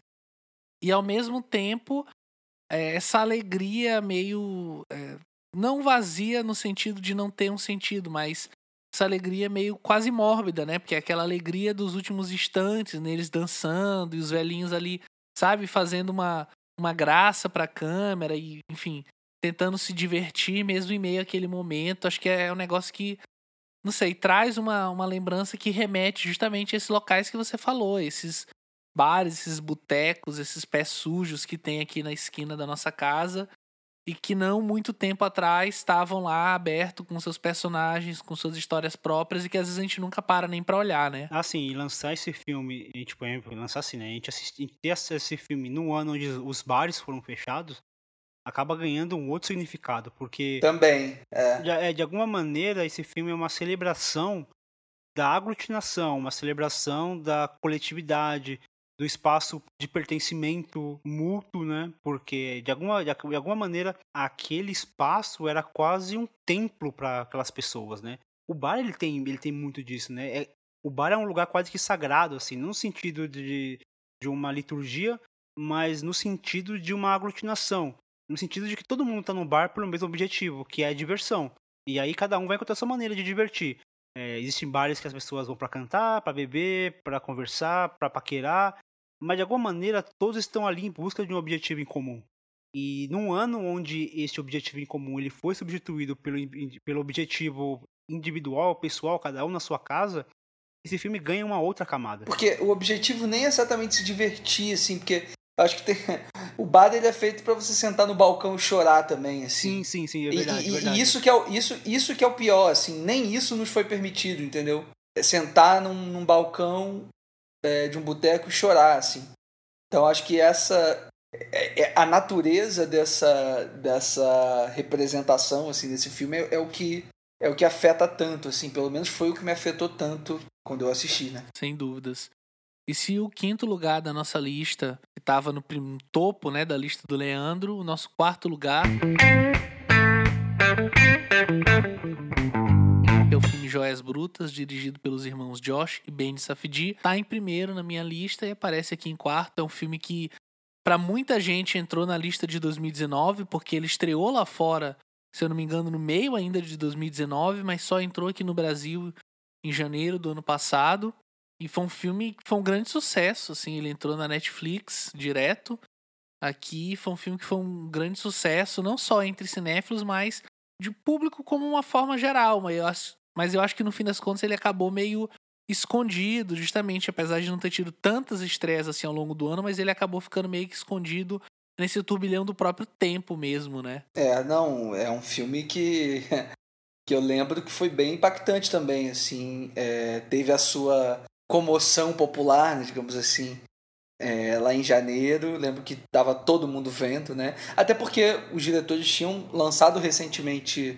E ao mesmo tempo, é, essa alegria meio... É, não vazia no sentido de não ter um sentido, mas... essa alegria meio quase mórbida, né? Porque é aquela alegria dos últimos instantes, né? Eles dançando e os velhinhos ali, sabe? Fazendo uma, uma graça pra câmera e, enfim, tentando se divertir mesmo em meio àquele momento. Acho que é um negócio que, não sei, traz uma, uma lembrança que remete justamente a esses locais que você falou, esses bares, esses botecos, esses pés sujos que tem aqui na esquina da nossa casa. E que não muito tempo atrás estavam lá aberto com seus personagens, com suas histórias próprias e que às vezes a gente nunca para nem pra olhar, né? Assim, e lançar esse filme, e, tipo, lançar assim, né? A gente assistir ter esse filme num ano onde os bares foram fechados, acaba ganhando um outro significado, porque Também, é. de, é, de alguma maneira esse filme é uma celebração da aglutinação, uma celebração da coletividade, do espaço de pertencimento mútuo, né? Porque de alguma, de alguma maneira aquele espaço era quase um templo para aquelas pessoas, né? O bar ele tem, ele tem muito disso, né? É, o bar é um lugar quase que sagrado, assim, não no sentido de, de uma liturgia, mas no sentido de uma aglutinação, no sentido de que todo mundo está no bar pelo mesmo objetivo, que é a diversão. E aí cada um vai encontrar a sua maneira de divertir. É, existem bares que as pessoas vão para cantar, para beber, para conversar, para paquerar, mas de alguma maneira todos estão ali em busca de um objetivo em comum. E num ano onde esse objetivo em comum ele foi substituído pelo, pelo objetivo individual, pessoal, cada um na sua casa, esse filme ganha uma outra camada. Porque o objetivo nem é exatamente se divertir, assim, porque eu acho que tem... o bar ele é feito para você sentar no balcão e chorar também, assim. Sim, sim, sim, é verdade. E, e, é verdade. e isso, que é o, isso, isso que é o pior, assim, nem isso nos foi permitido, entendeu? É sentar num, num balcão é, de um boteco e chorar, assim. Então acho que essa é, é, a natureza dessa, dessa representação, assim, desse filme é, é o que é o que afeta tanto, assim, pelo menos foi o que me afetou tanto quando eu assisti, né? Sem dúvidas. E se o quinto lugar da nossa lista, que estava no prim- topo, né, da lista do Leandro, o nosso quarto lugar é o filme Joias Brutas, dirigido pelos irmãos Josh e Ben Safdie. Tá em primeiro na minha lista e aparece aqui em quarto. É um filme que, pra muita gente, entrou na lista de dois mil e dezenove, porque ele estreou lá fora, se eu não me engano, no meio ainda de dois mil e dezenove, mas só entrou aqui no Brasil em janeiro do ano passado. E foi um filme que foi um grande sucesso, assim, ele entrou na Netflix direto. Aqui foi um filme que foi um grande sucesso, não só entre cinéfilos, mas de público como uma forma geral. Mas eu acho, mas eu acho que no fim das contas ele acabou meio escondido, justamente, apesar de não ter tido tantas estreias assim ao longo do ano, mas ele acabou ficando meio que escondido nesse turbilhão do próprio tempo mesmo, né? É, não, é um filme que, que eu lembro que foi bem impactante também, assim, é, teve a sua comoção popular, né, digamos assim, é, lá em janeiro, lembro que tava todo mundo vendo, né, até porque os diretores tinham lançado recentemente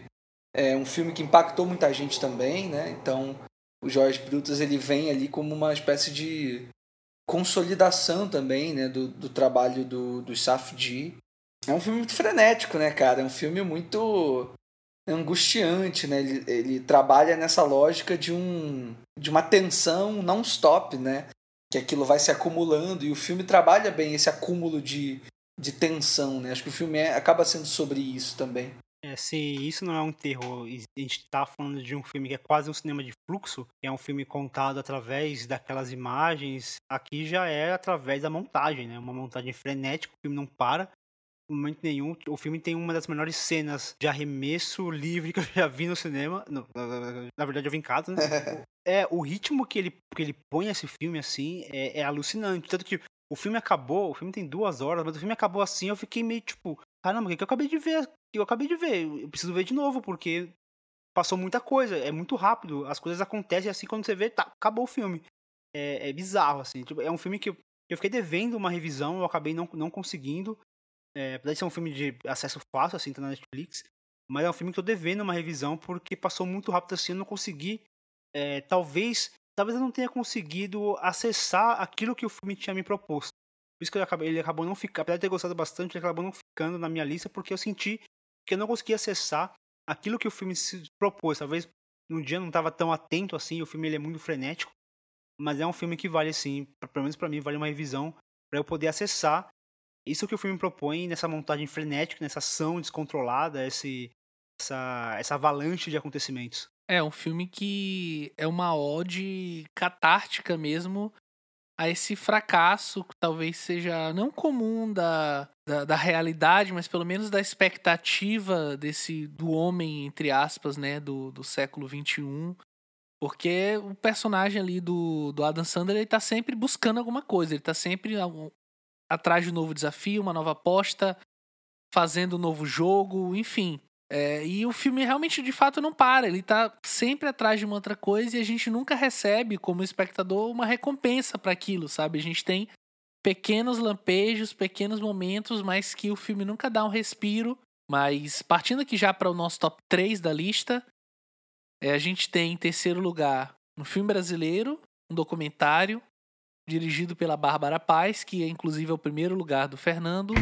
É um filme que impactou muita gente também, né? Então, o Jorge Brutas ele vem ali como uma espécie de consolidação também, né? Do, do trabalho do, do Safdie. É um filme muito frenético, né, cara? É um filme muito angustiante, né? Ele, ele trabalha nessa lógica de, um, de uma tensão non-stop, né? Que aquilo vai se acumulando e o filme trabalha bem esse acúmulo de, de tensão, né? Acho que o filme é, acaba sendo sobre isso também. É, se isso não é um terror, e a gente tá falando de um filme que é quase um cinema de fluxo, que é um filme contado através daquelas imagens, aqui já é através da montagem, né? Uma montagem frenética, o filme não para, em momento nenhum. O filme tem uma das melhores cenas de arremesso livre que eu já vi no cinema. Não, na verdade, eu vi em casa, né? É, o ritmo que ele, que ele põe esse filme, assim, é, é alucinante. Tanto que o filme acabou, o filme tem duas horas, mas o filme acabou assim, eu fiquei meio tipo, caramba, o que, que eu acabei de ver? Eu acabei de ver, eu preciso ver de novo, porque passou muita coisa, é muito rápido, as coisas acontecem assim, quando você vê, tá, acabou o filme. É, é bizarro, assim, tipo, é um filme que eu, eu fiquei devendo uma revisão, eu acabei não, não conseguindo, é, apesar de ser um filme de acesso fácil, assim, tá na Netflix, mas é um filme que eu tô devendo uma revisão, porque passou muito rápido assim, eu não consegui, é, talvez, talvez eu não tenha conseguido acessar aquilo que o filme tinha me proposto. Por isso que eu acabei, ele acabou não ficando, apesar de ter gostado bastante, ele acabou não ficando na minha lista, porque eu senti que eu não conseguia acessar aquilo que o filme se propôs. Talvez no dia eu não estava tão atento assim, o filme ele é muito frenético, mas é um filme que vale assim, pelo menos para mim, vale uma revisão para eu poder acessar isso que o filme propõe nessa montagem frenética, nessa ação descontrolada, esse, essa, essa avalanche de acontecimentos. É um filme que é uma ode catártica mesmo a esse fracasso que talvez seja não comum da, da, da realidade, mas pelo menos da expectativa desse do homem, entre aspas, né, do, do século vinte e um. Porque o personagem ali do, do Adam Sandler, ele tá sempre buscando alguma coisa, ele tá sempre atrás de um novo desafio, uma nova aposta, fazendo um novo jogo, enfim. É, e o filme realmente, de fato, não para. Ele tá sempre atrás de uma outra coisa e a gente nunca recebe, como espectador, uma recompensa para aquilo, sabe? A gente tem pequenos lampejos, pequenos momentos, mas que o filme nunca dá um respiro. Mas partindo aqui já para o nosso top três da lista, é, a gente tem em terceiro lugar um filme brasileiro, um documentário, dirigido pela Bárbara Paz, que é inclusive é o primeiro lugar do Fernando.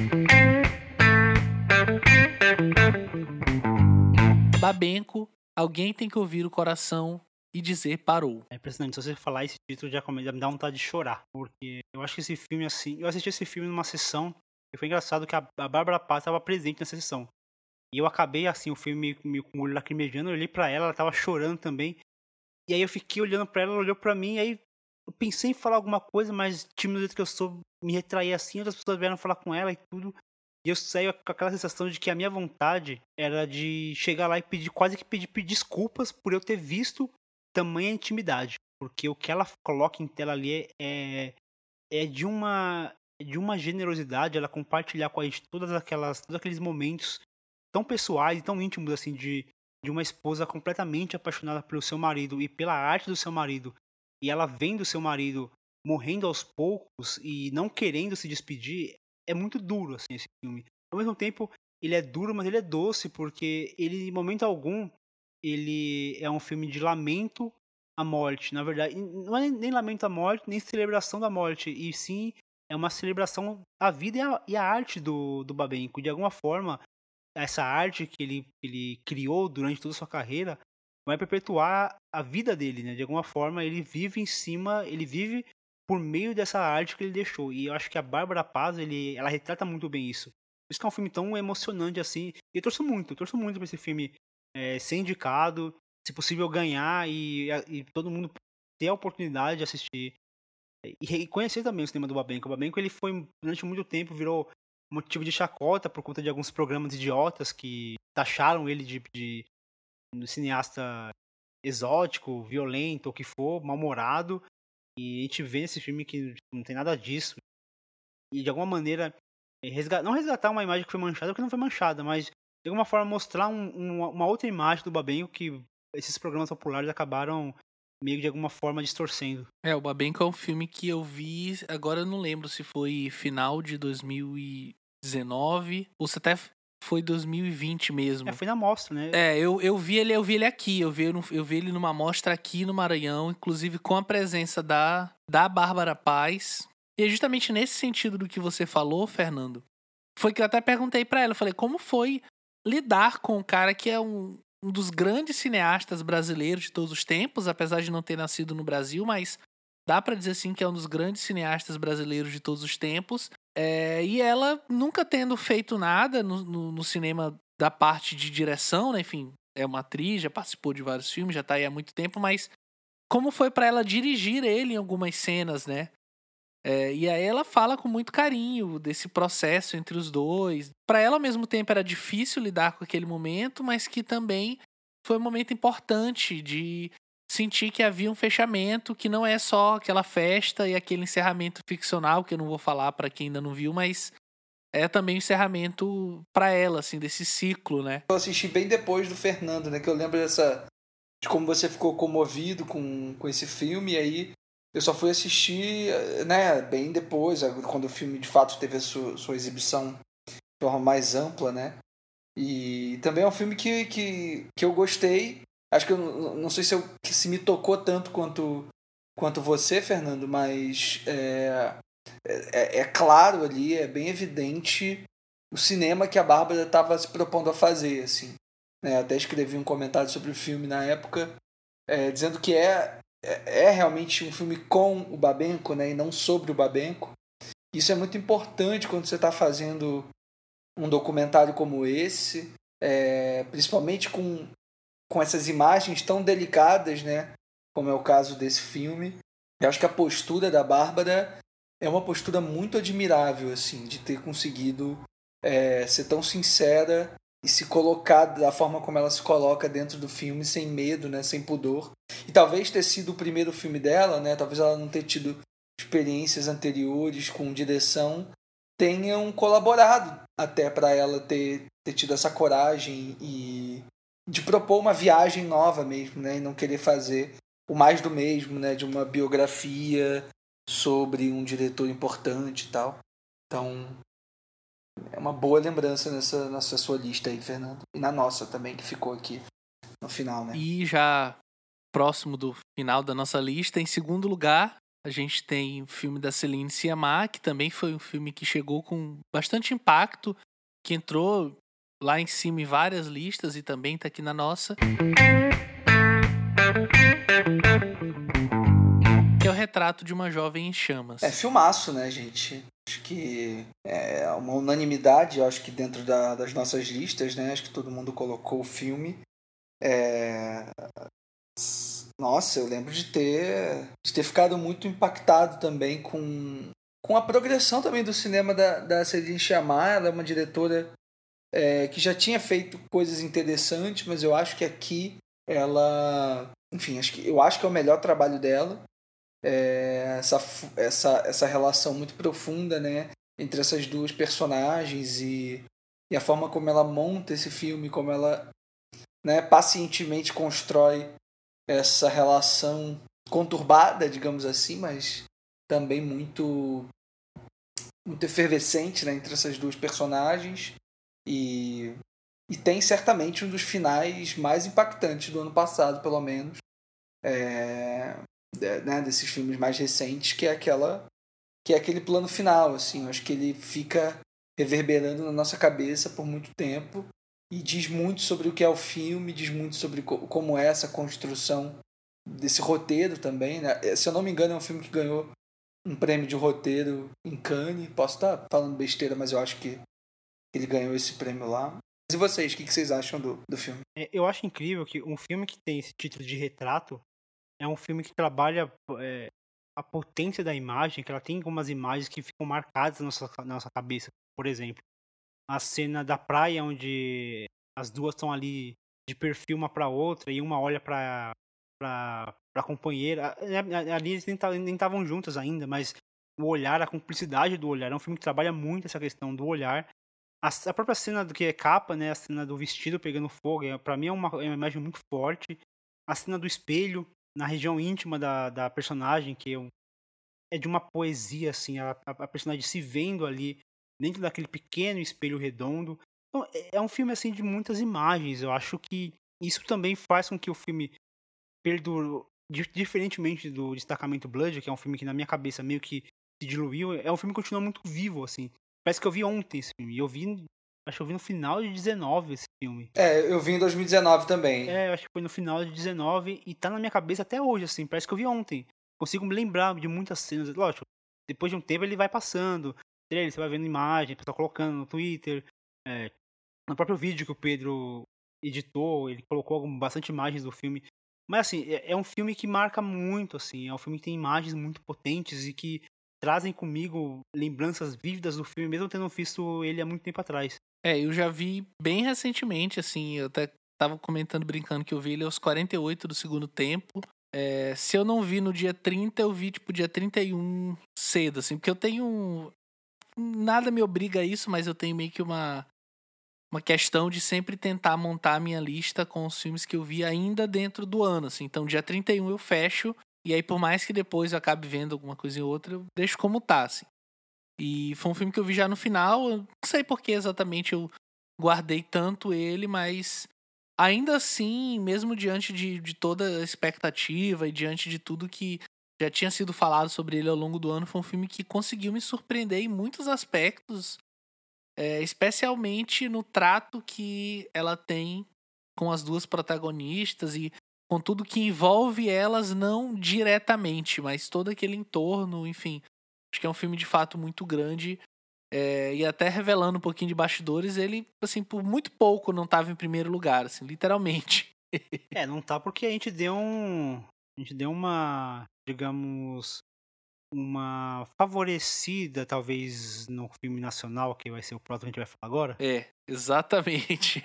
Babenco, Alguém Tem Que Ouvir o Coração e Dizer Parou. É impressionante, se você falar esse título já me dá vontade de chorar, porque eu acho que esse filme, assim, eu assisti esse filme numa sessão, e foi engraçado que a, a Bárbara Paz estava presente nessa sessão, e eu acabei, assim, o filme meio com o olho lacrimejando, eu olhei pra ela, ela tava chorando também, e aí eu fiquei olhando pra ela, ela olhou pra mim, e aí eu pensei em falar alguma coisa, mas tímido do jeito que eu sou, me retraí assim, outras pessoas vieram falar com ela e tudo, e eu saí com aquela sensação de que a minha vontade era de chegar lá e pedir, quase que pedir, pedir desculpas por eu ter visto tamanha intimidade. Porque o que ela coloca em tela ali é, é de uma de uma generosidade, ela compartilhar com a gente todas aquelas, todos aqueles momentos tão pessoais e tão íntimos assim de, de uma esposa completamente apaixonada pelo seu marido e pela arte do seu marido, e ela vendo o seu marido morrendo aos poucos e não querendo se despedir. É muito duro, assim, esse filme. Ao mesmo tempo, ele é duro, mas ele é doce, porque ele, em momento algum, ele é um filme de lamento à morte. Na verdade, não é nem lamento à morte, nem celebração da morte, e sim é uma celebração à vida e à, e à arte do, do Babenco. De alguma forma, essa arte que ele, que ele criou durante toda a sua carreira vai perpetuar a vida dele, né? De alguma forma, ele vive em cima, ele vive por meio dessa arte que ele deixou. E eu acho que a Bárbara Paz, ele, ela retrata muito bem isso. Por isso que é um filme tão emocionante assim. E eu torço muito, eu torço muito pra esse filme é, ser indicado, se possível ganhar e, e todo mundo ter a oportunidade de assistir. E conhecer também o cinema do Babenco. O Babenco, ele foi, durante muito tempo, virou motivo de chacota por conta de alguns programas idiotas que taxaram ele de, de, de cineasta exótico, violento, ou que for, mal-humorado. E a gente vê nesse filme que não tem nada disso. E de alguma maneira, resgatar, não resgatar uma imagem que foi manchada, porque não foi manchada, mas de alguma forma mostrar um, um, uma outra imagem do Babenco que esses programas populares acabaram meio que de alguma forma distorcendo. É, o Babenco é um filme que eu vi, agora eu não lembro se foi final de dois mil e dezenove, ou se até foi dois mil e vinte mesmo. É, foi na mostra, né? É, eu, eu, vi ele, eu vi ele aqui, eu vi, eu vi ele numa mostra aqui no Maranhão, inclusive com a presença da, da Bárbara Paz. E é justamente nesse sentido do que você falou, Fernando, foi que eu até perguntei pra ela, eu falei, como foi lidar com um cara que é um, um dos grandes cineastas brasileiros de todos os tempos, apesar de não ter nascido no Brasil, mas dá pra dizer assim que é um dos grandes cineastas brasileiros de todos os tempos. É, e ela nunca tendo feito nada no, no, no cinema da parte de direção, né? Enfim, é uma atriz, já participou de vários filmes, já tá aí há muito tempo, mas como foi pra ela dirigir ele em algumas cenas, né? É, e aí ela fala com muito carinho desse processo entre os dois. Pra ela, ao mesmo tempo, era difícil lidar com aquele momento, mas que também foi um momento importante de sentir que havia um fechamento, que não é só aquela festa e aquele encerramento ficcional, que eu não vou falar pra quem ainda não viu, mas é também o encerramento pra ela, assim, desse ciclo, né? Eu assisti bem depois do Fernando, né? Que eu lembro dessa de como você ficou comovido com, com esse filme, e aí eu só fui assistir, né, bem depois, quando o filme de fato teve a sua, sua exibição de forma mais ampla, né? E também é um filme que, que, que eu gostei. Acho que eu não sei se, eu, se me tocou tanto quanto, quanto você, Fernando, mas é, é, é claro ali, é bem evidente o cinema que a Bárbara estava se propondo a fazer, assim. Né? Até escrevi um comentário sobre o filme na época, é, dizendo que é, é, é realmente um filme com o Babenco, né? E não sobre o Babenco. Isso é muito importante quando você está fazendo um documentário como esse, é, principalmente com, com essas imagens tão delicadas, né? Como é o caso desse filme. Eu acho que a postura da Bárbara é uma postura muito admirável, assim, de ter conseguido é, ser tão sincera e se colocar da forma como ela se coloca dentro do filme, sem medo, né, sem pudor. E talvez ter sido o primeiro filme dela, né, talvez ela não ter tido experiências anteriores com direção, tenham colaborado até para ela ter, ter tido essa coragem e de propor uma viagem nova mesmo, né, e não querer fazer o mais do mesmo, né, de uma biografia sobre um diretor importante e tal. Então, é uma boa lembrança nessa, nessa sua lista aí, Fernando. E na nossa também, que ficou aqui no final, né? E já próximo do final da nossa lista, em segundo lugar, a gente tem o filme da Celine Sciamma, que também foi um filme que chegou com bastante impacto, que entrou lá em cima em várias listas e também tá aqui na nossa. Que é o Retrato de uma Jovem em Chamas. É filmaço, né, gente? Acho que é uma unanimidade, eu acho que dentro da, das nossas listas, né? Acho que todo mundo colocou o filme. É... Nossa, eu lembro de ter, de ter ficado muito impactado também com, com a progressão também do cinema da, da Celine Sciamma. Ela é uma diretora é, que já tinha feito coisas interessantes, mas eu acho que aqui ela... Enfim, acho que, eu acho que é o melhor trabalho dela. É, essa, essa, essa relação muito profunda, né, entre essas duas personagens e, e a forma como ela monta esse filme, como ela, né, pacientemente constrói essa relação conturbada, digamos assim, mas também muito, muito efervescente, né, entre essas duas personagens e, e tem certamente um dos finais mais impactantes do ano passado, pelo menos. É... Né, desses filmes mais recentes, que é aquela que é aquele plano final, assim, eu acho que ele fica reverberando na nossa cabeça por muito tempo e diz muito sobre o que é o filme, diz muito sobre co- como é essa construção desse roteiro também, né? Se eu não me engano é um filme que ganhou um prêmio de roteiro em Cannes, posso estar falando besteira, mas eu acho que ele ganhou esse prêmio lá. E vocês, o que vocês acham do, do filme? É, eu acho incrível que um filme que tem esse título de retrato é um filme que trabalha é, a potência da imagem, que ela tem algumas imagens que ficam marcadas na nossa, na nossa cabeça. Por exemplo, a cena da praia onde as duas estão ali de perfil uma para outra e uma olha para para a companheira. Ali eles nem estavam juntas ainda, mas o olhar, a cumplicidade do olhar. É um filme que trabalha muito essa questão do olhar. A, a própria cena do que é capa, né, a cena do vestido pegando fogo, é, para mim é uma, é uma imagem muito forte. A cena do espelho na região íntima da, da personagem, que é, um, é de uma poesia, assim, a, a, a personagem se vendo ali dentro daquele pequeno espelho redondo. Então, é um filme, assim, de muitas imagens. Eu acho que isso também faz com que o filme perdure, diferentemente do Destacamento Blood, que é um filme que na minha cabeça meio que se diluiu, é um filme que continua muito vivo, assim. Parece que eu vi ontem esse filme. Eu vi, acho que eu vi no final de dezenove esse filme. É, eu vi em dois mil e dezenove também. É, eu acho que foi no final de dezenove e tá na minha cabeça até hoje, assim. Parece que eu vi ontem. Consigo me lembrar de muitas cenas. Lógico, depois de um tempo ele vai passando. Trailer, você vai vendo imagem, tá colocando no Twitter. É, no próprio vídeo que o Pedro editou, ele colocou bastante imagens do filme. Mas assim, é, é um filme que marca muito, assim. É um filme que tem imagens muito potentes e que trazem comigo lembranças vívidas do filme, mesmo tendo visto ele há muito tempo atrás. É, eu já vi bem recentemente, assim, eu até tava comentando, brincando, que eu vi ele aos quarenta e oito do segundo tempo. É, se eu não vi no dia trinta, eu vi, tipo, dia trinta e um cedo, assim, porque eu tenho... Nada me obriga a isso, mas eu tenho meio que uma... uma questão de sempre tentar montar a minha lista com os filmes que eu vi ainda dentro do ano, assim. Então, dia trinta e um eu fecho, e aí por mais que depois eu acabe vendo alguma coisa ou outra, eu deixo como tá, assim. E foi um filme que eu vi já no final, eu não sei por que exatamente eu guardei tanto ele, mas ainda assim, mesmo diante de, de toda a expectativa e diante de tudo que já tinha sido falado sobre ele ao longo do ano, foi um filme que conseguiu me surpreender em muitos aspectos, é, especialmente no trato que ela tem com as duas protagonistas e com tudo que envolve elas, não diretamente, mas todo aquele entorno, enfim. Acho que é um filme de fato muito grande. É, e até revelando um pouquinho de bastidores, ele, assim, por muito pouco não estava em primeiro lugar, assim, literalmente. É, não tá porque a gente deu um. A gente deu uma, digamos, uma favorecida, talvez, no filme nacional, que vai ser o próximo que a gente vai falar agora. É, exatamente.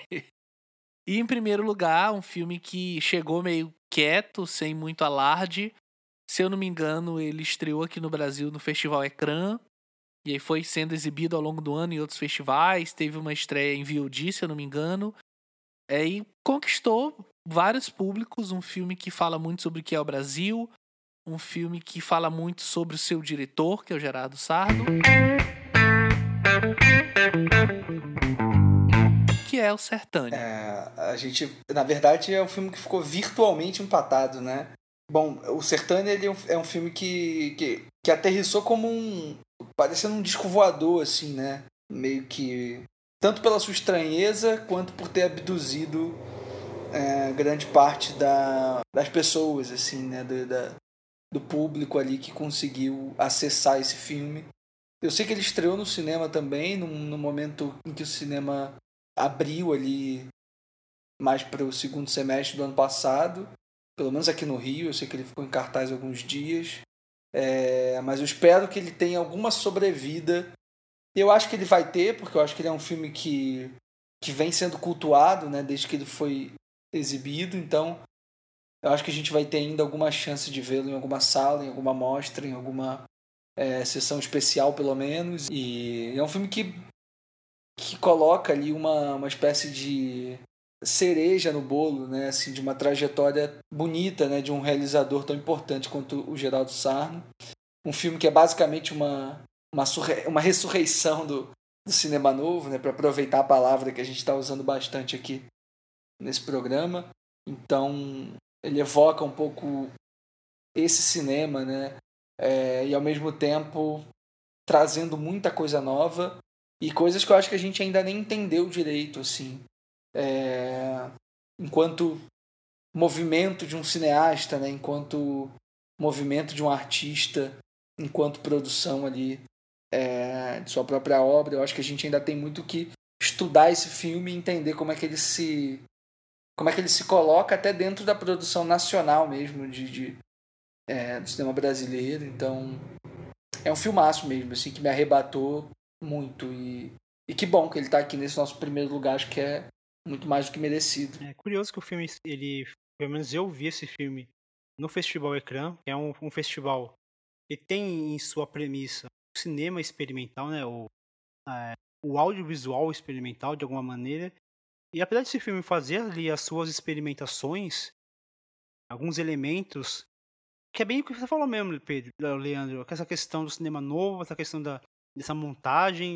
E em primeiro lugar, um filme que chegou meio quieto, sem muito alarde. Se eu não me engano, ele estreou aqui no Brasil no Festival Ecrã. E aí foi sendo exibido ao longo do ano em outros festivais. Teve uma estreia em V O D, se eu não me engano. É, e conquistou vários públicos. Um filme que fala muito sobre o que é o Brasil. Um filme que fala muito sobre o seu diretor, que é o Gerardo Sardo. Que é o Sertânia. É, a gente, na verdade, é um filme que ficou virtualmente empatado, né? Bom, o Sertânia ele é, um, é um filme que, que, que aterrissou como um... parecendo um disco voador, assim, né? Meio que... tanto pela sua estranheza, quanto por ter abduzido é, grande parte da, das pessoas, assim, né? Do, da, do público ali que conseguiu acessar esse filme. Eu sei que ele estreou no cinema também, no, no momento em que o cinema abriu ali mais para o segundo semestre do ano passado, pelo menos aqui no Rio. Eu sei que ele ficou em cartaz alguns dias, é, mas eu espero que ele tenha alguma sobrevida. Eu acho que ele vai ter, porque eu acho que ele é um filme que, que vem sendo cultuado, né, desde que ele foi exibido. Então eu acho que a gente vai ter ainda alguma chance de vê-lo em alguma sala, em alguma mostra, em alguma é, sessão especial pelo menos. E é um filme que que coloca ali uma, uma espécie de cereja no bolo, né, assim, de uma trajetória bonita, né, de um realizador tão importante quanto o Geraldo Sarno. Um filme que é basicamente uma, uma, surre, uma ressurreição do, do cinema novo, né, para aproveitar a palavra que a gente está usando bastante aqui nesse programa. Então, ele evoca um pouco esse cinema, né, é, e ao mesmo tempo trazendo muita coisa nova e coisas que eu acho que a gente ainda nem entendeu direito, assim, é... enquanto movimento de um cineasta, né? Enquanto movimento de um artista, enquanto produção ali é... de sua própria obra. Eu acho que a gente ainda tem muito que estudar esse filme e entender como é que ele se como é que ele se coloca até dentro da produção nacional mesmo de, de é... do cinema brasileiro. Então é um filmaço mesmo, assim, que me arrebatou muito. E, e que bom que ele tá aqui nesse nosso primeiro lugar, acho que é muito mais do que merecido. É curioso que o filme, ele, pelo menos eu vi esse filme no Festival Ecrã, que é um, um festival que tem em sua premissa o cinema experimental, né, o, é, o audiovisual experimental de alguma maneira. E apesar desse filme fazer ali as suas experimentações, alguns elementos, que é bem o que você falou mesmo, Pedro, Leandro, essa questão do cinema novo, essa questão da, dessa montagem,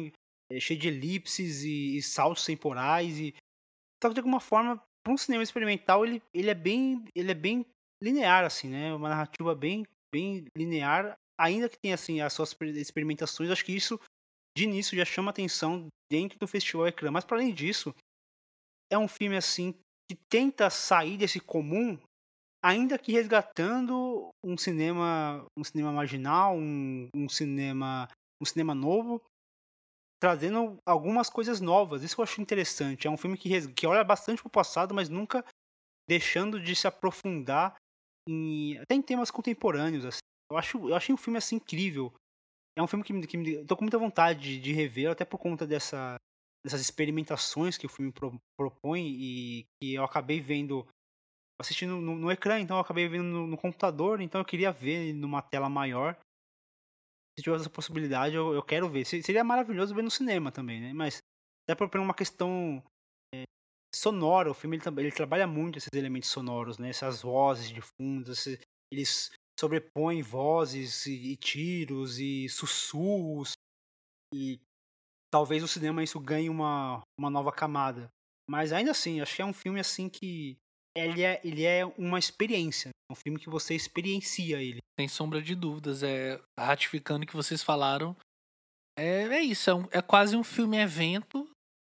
é cheio de elipses e, e saltos temporais. E, só que de alguma forma, para um cinema experimental, ele, ele, é bem, ele é bem linear, assim, né? Uma narrativa bem, bem linear, ainda que tenha assim, as suas experimentações. Acho que isso, de início, já chama atenção dentro do Festival Ecrã. Mas, para além disso, é um filme assim que tenta sair desse comum, ainda que resgatando um cinema, um cinema marginal, um, um cinema, um cinema novo, trazendo algumas coisas novas. Isso eu acho interessante. É um filme que, res- que olha bastante para o passado, mas nunca deixando de se aprofundar em, até em temas contemporâneos. Assim. Eu acho, eu achei um filme assim incrível. É um filme que me, que me eu tô com muita vontade de, de rever, até por conta dessa, dessas experimentações que o filme pro, propõe e que eu acabei vendo, assistindo no, no ecrã, então eu acabei vendo no, no computador, então eu queria ver numa tela maior. Se tiver essa possibilidade, eu, eu quero ver. Se- Seria maravilhoso ver no cinema também, né? Mas até por por uma questão sonora, o filme ele, tam- ele trabalha muito esses elementos sonoros, né? Essas vozes de fundo, esse- eles sobrepõem vozes e, e tiros e sussurros e talvez o cinema isso ganhe uma, uma nova camada. Mas ainda assim, acho que é um filme assim que ele é, ele é uma experiência. É um filme que você experiencia ele. Sem sombra de dúvidas, é ratificando o que vocês falaram. É, é isso, é, um- é quase um filme-evento.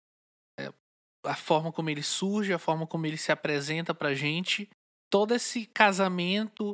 A forma como ele surge, a forma como ele se apresenta pra gente. Todo esse casamento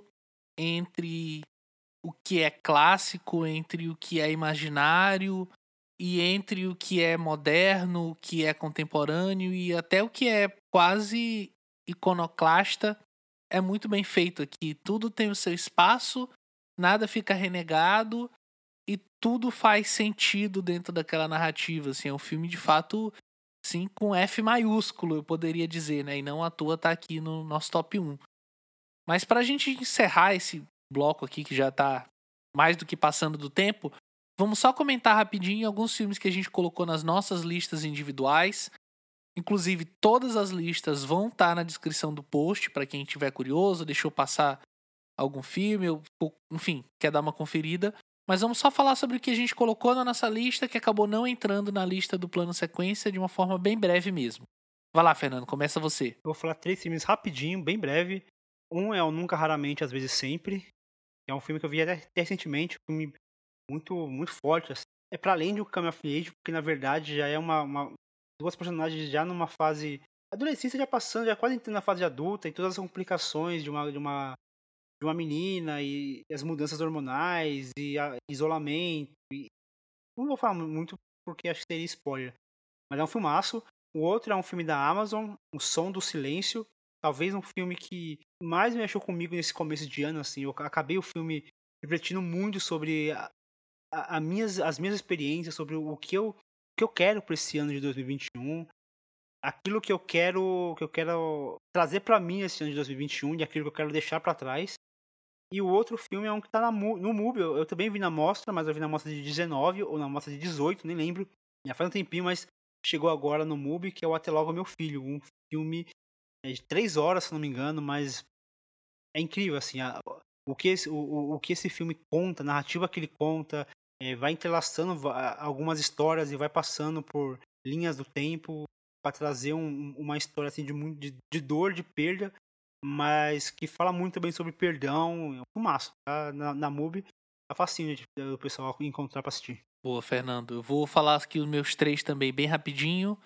entre o que é clássico, entre o que é imaginário e entre o que é moderno, o que é contemporâneo e até o que é quase iconoclasta é muito bem feito aqui. Tudo tem o seu espaço, nada fica renegado e tudo faz sentido dentro daquela narrativa. Assim, é um filme de fato, sim, com F maiúsculo, eu poderia dizer, né? E não à toa tá aqui no nosso top um. Mas pra gente encerrar esse bloco aqui que já tá mais do que passando do tempo, vamos só comentar rapidinho alguns filmes que a gente colocou nas nossas listas individuais. Inclusive, todas as listas vão estar na descrição do post para quem tiver curioso, deixou passar algum filme, ou, enfim, quer dar uma conferida. Mas vamos só falar sobre o que a gente colocou na nossa lista, que acabou não entrando na lista do plano sequência de uma forma bem breve mesmo. Vai lá, Fernando, começa você. Eu vou falar três filmes rapidinho, bem breve. Um é o Nunca, Raramente, Às vezes Sempre. É um filme que eu vi até até recentemente, um filme muito, muito forte. Assim. É para além de um coming of age, porque na verdade já é uma, uma duas personagens já numa fase adolescência, já passando, já quase entrando na fase adulta e todas as complicações de uma de uma de uma menina e as mudanças hormonais e a, isolamento. E, não vou falar muito porque acho que seria spoiler, mas é um filmaço. O outro é um filme da Amazon, O Som do Silêncio. Talvez um filme que mais mexeu comigo nesse começo de ano, assim. Eu acabei o filme refletindo muito sobre a, a, a minhas, as minhas experiências, sobre o que eu, o que eu quero para esse ano de dois mil e vinte e um. Aquilo que eu quero, que eu quero trazer para mim esse ano de dois mil e vinte e um e aquilo que eu quero deixar para trás. E o outro filme é um que tá na, no MUBI. Eu, eu também vi na mostra, mas eu vi na mostra de dezenove ou na mostra de dezoito, nem lembro. Já faz um tempinho, mas chegou agora no MUBI, que é o Até Logo Meu Filho. Um filme de três horas, se não me engano, mas é incrível, assim, a, o, que esse, o, o que esse filme conta, a narrativa que ele conta, é, vai entrelaçando algumas histórias e vai passando por linhas do tempo para trazer um, uma história assim, de, de, de dor, de perda, mas que fala muito bem sobre perdão. É um filmaço, tá? Na, na MUBI tá facinho de, o pessoal encontrar pra assistir. Boa, Fernando. Eu vou falar aqui os meus três também bem rapidinho.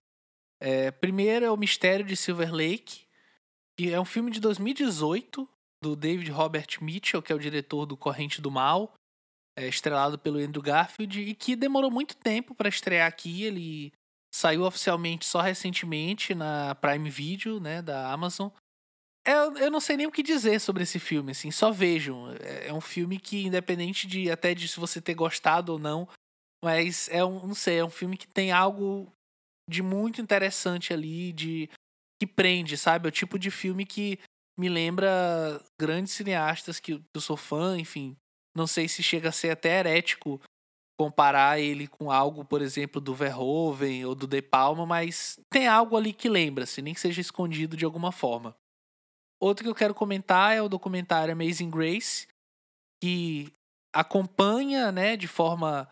É, primeiro é O Mistério de Silver Lake, que é um filme de dois mil e dezoito, do David Robert Mitchell, que é o diretor do Corrente do Mal, é, estrelado pelo Andrew Garfield, e que demorou muito tempo para estrear aqui. Ele saiu oficialmente só recentemente na Prime Video, né, da Amazon. Eu, eu não sei nem o que dizer sobre esse filme, assim, só vejam. É, é um filme que, independente de até de se você ter gostado ou não, mas é um, não sei, é um filme que tem algo de muito interessante ali, de que prende, sabe? É o tipo de filme que me lembra grandes cineastas que eu sou fã, enfim. Não sei se chega a ser até herético comparar ele com algo, por exemplo, do Verhoeven ou do De Palma, mas tem algo ali que lembra-se, nem que seja escondido de alguma forma. Outro que eu quero comentar é o documentário Amazing Grace, que acompanha, né, de forma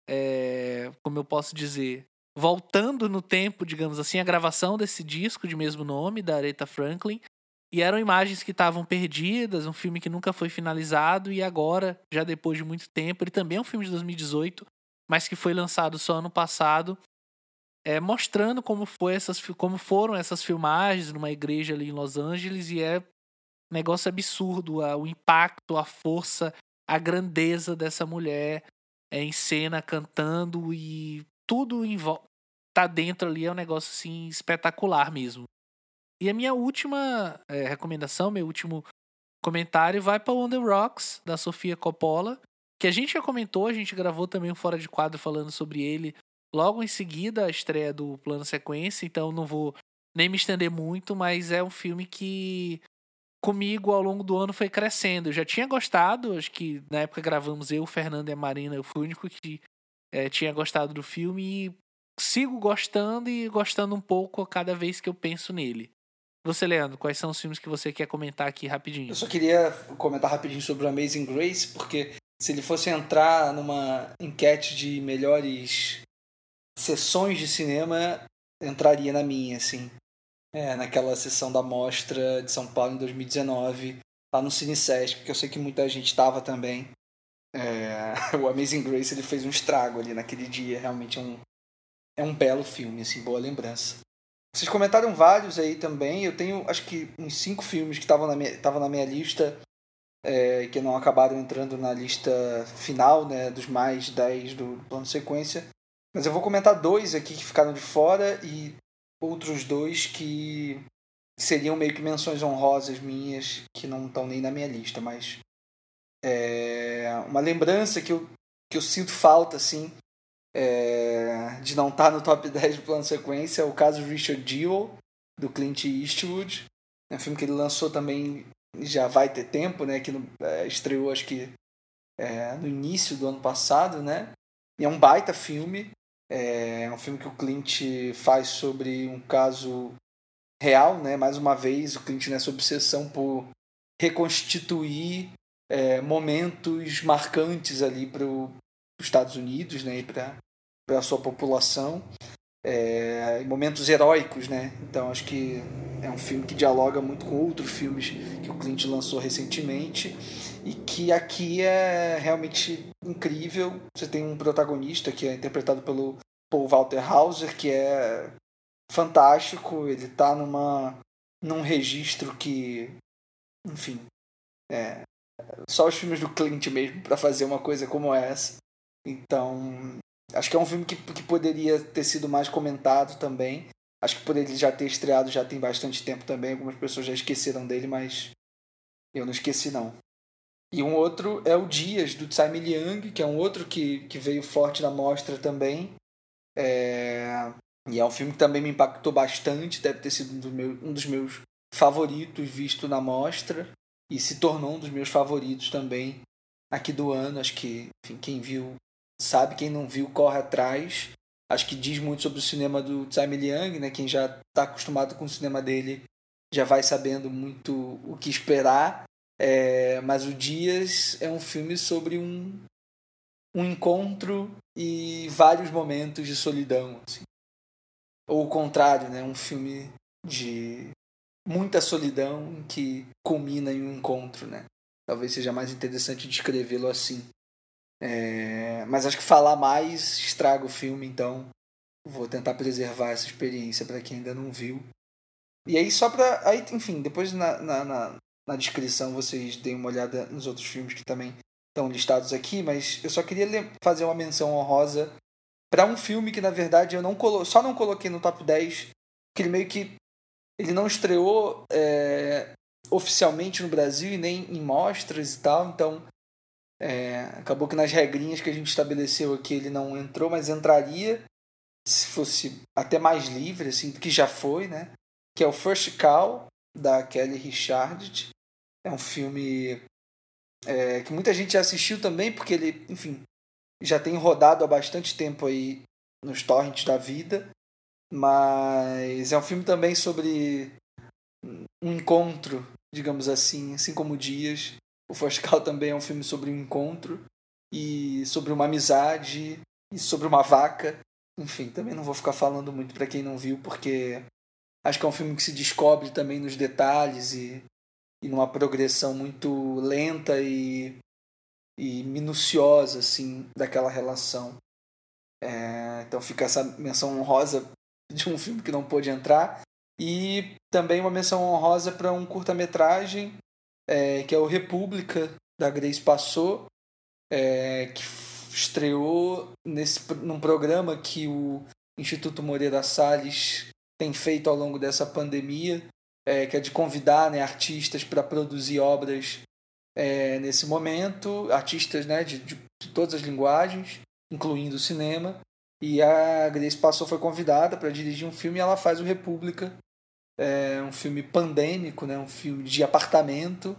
é, como eu posso dizer, voltando no tempo, digamos assim, a gravação desse disco de mesmo nome, da Aretha Franklin. E eram imagens que estavam perdidas, um filme que nunca foi finalizado, e agora, já depois de muito tempo, ele também é um filme de dois mil e dezoito, mas que foi lançado só ano passado, é, mostrando como, foi essas, como foram essas filmagens numa igreja ali em Los Angeles, e é um negócio absurdo, a, o impacto, a força, a grandeza dessa mulher é, em cena, cantando, e tudo em vo- tá dentro ali, é um negócio assim espetacular mesmo. E a minha última é, recomendação, meu último comentário vai para On the Rocks, da Sofia Coppola, que a gente já comentou, a gente gravou também um Fora de Quadro falando sobre ele logo em seguida a estreia do Plano Sequência, então não vou nem me estender muito, mas é um filme que comigo ao longo do ano foi crescendo. Eu já tinha gostado, acho que na época gravamos eu, o Fernando e a Marina, eu fui o único que é, tinha gostado do filme e sigo gostando e gostando um pouco a cada vez que eu penso nele. Você, Leandro, quais são os filmes que você quer comentar aqui rapidinho? Eu só queria comentar rapidinho sobre o Amazing Grace, porque se ele fosse entrar numa enquete de melhores sessões de cinema, entraria na minha, assim. É, naquela sessão da Mostra de São Paulo em dois mil e dezenove, lá no Cine Sesc, que eu sei que muita gente estava também. É, o Amazing Grace ele fez um estrago ali naquele dia, realmente é um, é um belo filme, assim, boa lembrança. Vocês comentaram vários aí também. Eu tenho, acho que, uns cinco filmes que estavam na minha, estavam na minha lista é, que não acabaram entrando na lista final, né, dos mais dez do plano sequência. Mas eu vou comentar dois aqui que ficaram de fora e outros dois que seriam meio que menções honrosas minhas que não estão nem na minha lista. Mas é uma lembrança que eu, que eu sinto falta, assim, É, de não estar no top dez do plano sequência, é o caso Richard Jewell, do Clint Eastwood. É um filme que ele lançou também, já vai ter tempo, né? Que no, é, estreou acho que é, no início do ano passado, né? E é um baita filme. É um filme que o Clint faz sobre um caso real, né? Mais uma vez, o Clint nessa obsessão por reconstituir é, momentos marcantes ali para os Estados Unidos, né? E para para a sua população, é, momentos heróicos, né? Então acho que é um filme que dialoga muito com outros filmes que o Clint lançou recentemente e que aqui é realmente incrível. Você tem um protagonista que é interpretado pelo Paul Walter Hauser, que é fantástico. Ele está numa num registro que, enfim, é, só os filmes do Clint mesmo para fazer uma coisa como essa. Então, acho que é um filme que, que poderia ter sido mais comentado também. Acho que poderia já ter estreado já tem bastante tempo também. Algumas pessoas já esqueceram dele, mas eu não esqueci não. E um outro é o Dias, do Tsai Ming-liang, que é um outro que, que veio forte na mostra também. É... E é um filme que também me impactou bastante. Deve ter sido um dos meus, um dos meus favoritos visto na mostra. E se tornou um dos meus favoritos também aqui do ano. Acho que, enfim, quem viu sabe, quem não viu corre atrás. Acho que diz muito sobre o cinema do Tsai Ming-liang, né? Quem já está acostumado com o cinema dele já vai sabendo muito o que esperar. É, mas o Dias é um filme sobre um, um encontro e vários momentos de solidão. Assim. Ou o contrário, né? Um filme de muita solidão que culmina em um encontro, né? Talvez seja mais interessante descrevê-lo assim. É, mas acho que falar mais estraga o filme, então vou tentar preservar essa experiência para quem ainda não viu. E aí só pra... Aí, enfim, depois na, na, na, na descrição vocês deem uma olhada nos outros filmes que também estão listados aqui, mas eu só queria fazer uma menção honrosa para um filme que na verdade eu não colo... só não coloquei no top dez, que ele meio que ele não estreou é, oficialmente no Brasil e nem em mostras e tal, então é, acabou que nas regrinhas que a gente estabeleceu aqui ele não entrou, mas entraria se fosse até mais livre, assim, do que já foi, né? Que é o First Cow, da Kelly Reichardt. É um filme é, que muita gente já assistiu também, porque ele, enfim, já tem rodado há bastante tempo aí nos torrents da vida. Mas é um filme também sobre um encontro, digamos assim, assim como Dias. O First Cow também é um filme sobre um encontro e sobre uma amizade e sobre uma vaca. Enfim, também não vou ficar falando muito para quem não viu, porque acho que é um filme que se descobre também nos detalhes e, e numa progressão muito lenta e, e minuciosa, assim, daquela relação. É, então fica essa menção honrosa de um filme que não pôde entrar. E também uma menção honrosa para um curta-metragem, é, que é o República, da Grace Passou, é, que estreou nesse, num programa que o Instituto Moreira Salles tem feito ao longo dessa pandemia, é, que é de convidar, né, artistas para produzir obras é, nesse momento, artistas, né, de, de, de todas as linguagens, incluindo o cinema. E a Grace Passou foi convidada para dirigir um filme e ela faz o República, é um filme pandêmico, né, um filme de apartamento,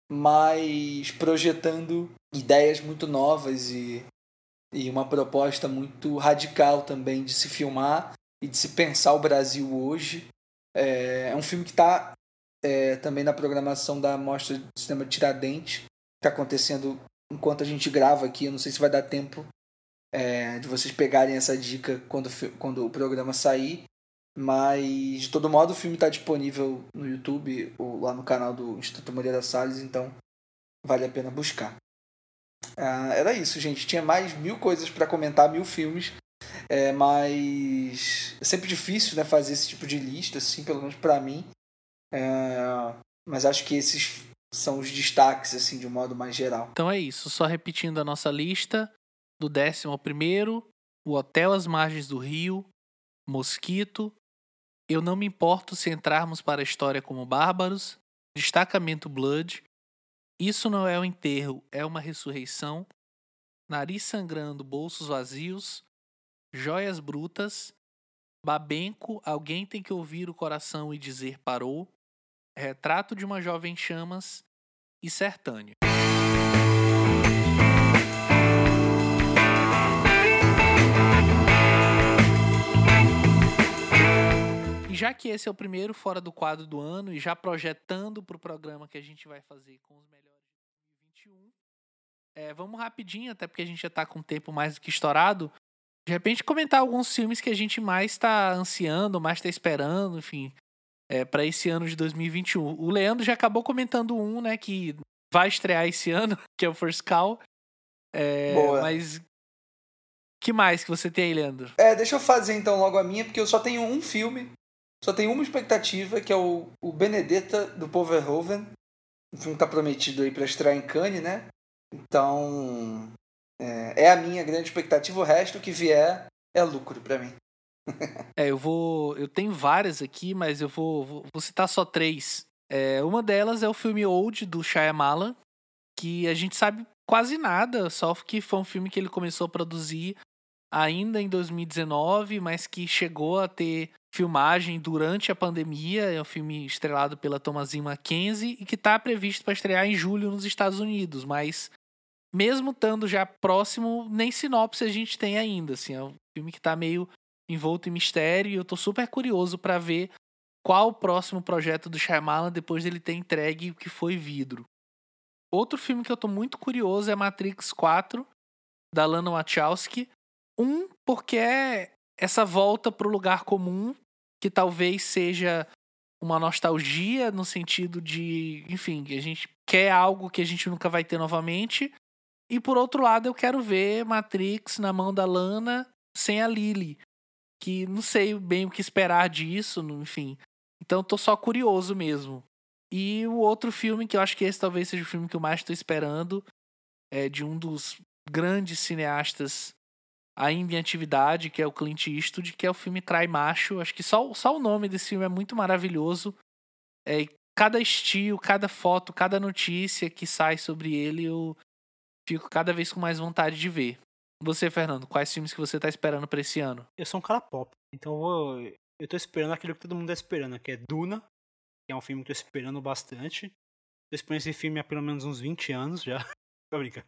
mas projetando ideias muito novas e, e uma proposta muito radical também de se filmar e de se pensar o Brasil hoje. É, é um filme que está é, também na programação da Mostra de Cinema Tiradentes, que está acontecendo enquanto a gente grava aqui. Eu não sei se vai dar tempo é, de vocês pegarem essa dica quando, quando o programa sair, mas de todo modo o filme está disponível no YouTube ou lá no canal do Instituto Moreira Salles, então vale a pena buscar. Ah, era isso, gente. Tinha mais mil coisas para comentar, mil filmes, é, mas é sempre difícil, né, fazer esse tipo de lista, assim, pelo menos para mim. É, mas acho que esses são os destaques, assim, de um modo mais geral. Então é isso. Só repetindo a nossa lista: do décimo ao primeiro, O Hotel às Margens do Rio, Mosquito, Eu Não Me Importo Se Entrarmos para a História como Bárbaros, Destacamento Blood, Isso Não É um Enterro, É uma Ressurreição, Nariz Sangrando, Bolsos Vazios, Joias Brutas, Babenco, Alguém Tem que Ouvir o Coração e Dizer Parou, Retrato de uma Jovem Chamas e Sertânio. E já que esse é o primeiro Fora do Quadro do ano, e já projetando para o programa que a gente vai fazer com os melhores de dois mil e vinte e um, é, vamos rapidinho, até porque a gente já está com o tempo mais do que estourado, de repente comentar alguns filmes que a gente mais está ansiando, mais está esperando, enfim, é, para esse ano de dois mil e vinte e um. O Leandro já acabou comentando um, né, que vai estrear esse ano, que é o First Call. É, Boa. Mas que mais que você tem aí, Leandro? É, deixa eu fazer então logo a minha, porque eu só tenho um filme, só tenho uma expectativa, que é o, o Benedetta, do Paul Verhoeven. O filme tá prometido aí pra estrear em Cannes, né? Então, é, é a minha grande expectativa. O resto que vier é lucro pra mim. É, eu vou. Eu tenho várias aqui, mas eu vou, vou, vou citar só três. É, uma delas é o filme Old, do Shyamalan, que a gente sabe quase nada, só que foi um filme que ele começou a produzir ainda em dois mil e dezenove, mas que chegou a ter filmagem durante a pandemia. É um filme estrelado pela Thomasine Mackenzie e que está previsto para estrear em julho nos Estados Unidos, mas mesmo estando já próximo, nem sinopse a gente tem ainda. Assim, é um filme que está meio envolto em mistério e eu tô super curioso para ver qual o próximo projeto do Shyamalan depois dele ter entregue o que foi Vidro. Outro filme que eu tô muito curioso é Matrix quatro, da Lana Wachowski. Um, porque é essa volta pro lugar comum, que talvez seja uma nostalgia no sentido de, enfim, que a gente quer algo que a gente nunca vai ter novamente. E por outro lado, eu quero ver Matrix na mão da Lana sem a Lily, que não sei bem o que esperar disso, enfim. Então tô só curioso mesmo. E o outro filme, que eu acho que esse talvez seja o filme que eu mais estou esperando, é de um dos grandes cineastas ainda em atividade, que é o Clint Eastwood, que é o filme Cry Macho. Acho que só, só o nome desse filme é muito maravilhoso. É, cada estilo, cada foto, cada notícia que sai sobre ele, eu fico cada vez com mais vontade de ver. Você, Fernando, quais filmes que você tá esperando pra esse ano? Eu sou um cara pop, então eu, vou, eu tô esperando aquilo que todo mundo tá esperando, que é Duna, que é um filme que eu tô esperando bastante. Tô esperando esse filme há pelo menos uns vinte anos já. Tô brincando.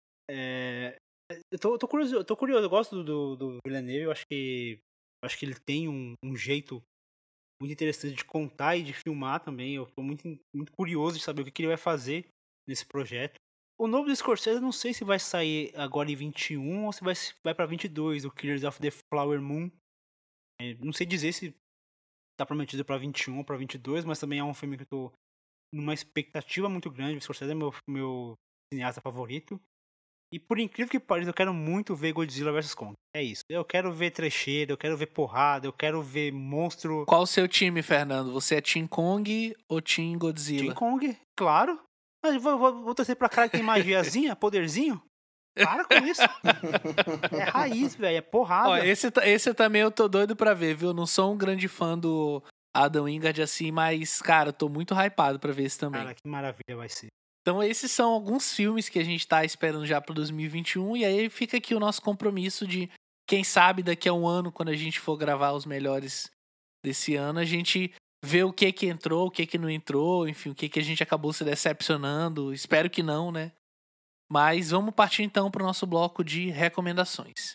É, eu, tô, eu, tô curioso, eu tô curioso, eu gosto do, do Villeneuve, eu acho que, eu acho que ele tem um, um jeito muito interessante de contar e de filmar também. Eu tô muito, muito curioso de saber o que, que ele vai fazer nesse projeto. O novo do Scorsese, eu não sei se vai sair agora em vinte e um ou se vai, vai pra vinte e dois, o Killers of the Flower Moon. É, não sei dizer se tá prometido pra vinte e um ou pra vinte e dois, mas também é um filme que eu tô numa expectativa muito grande. O Scorsese é meu, meu cineasta favorito. E por incrível que pareça, eu quero muito ver Godzilla versus. Kong. É isso. Eu quero ver trecheira, eu quero ver porrada, eu quero ver monstro. Qual o seu time, Fernando? Você é Team Kong ou Team Godzilla? Team Kong, claro. Mas vou, vou, vou torcer pra cara que tem magiazinha, poderzinho. Para com isso. É raiz, velho. É porrada. Ó, esse, esse também eu tô doido pra ver, viu? Não sou um grande fã do Adam Wingard assim, mas, cara, tô muito hypado pra ver esse também. Cara, que maravilha vai ser. Então esses são alguns filmes que a gente tá esperando já pro dois mil e vinte e um, e aí fica aqui o nosso compromisso de, quem sabe daqui a um ano, quando a gente for gravar os melhores desse ano, a gente vê o que que entrou, o que que não entrou, enfim, o que que a gente acabou se decepcionando. Espero que não, né? Mas vamos partir então pro nosso bloco de recomendações.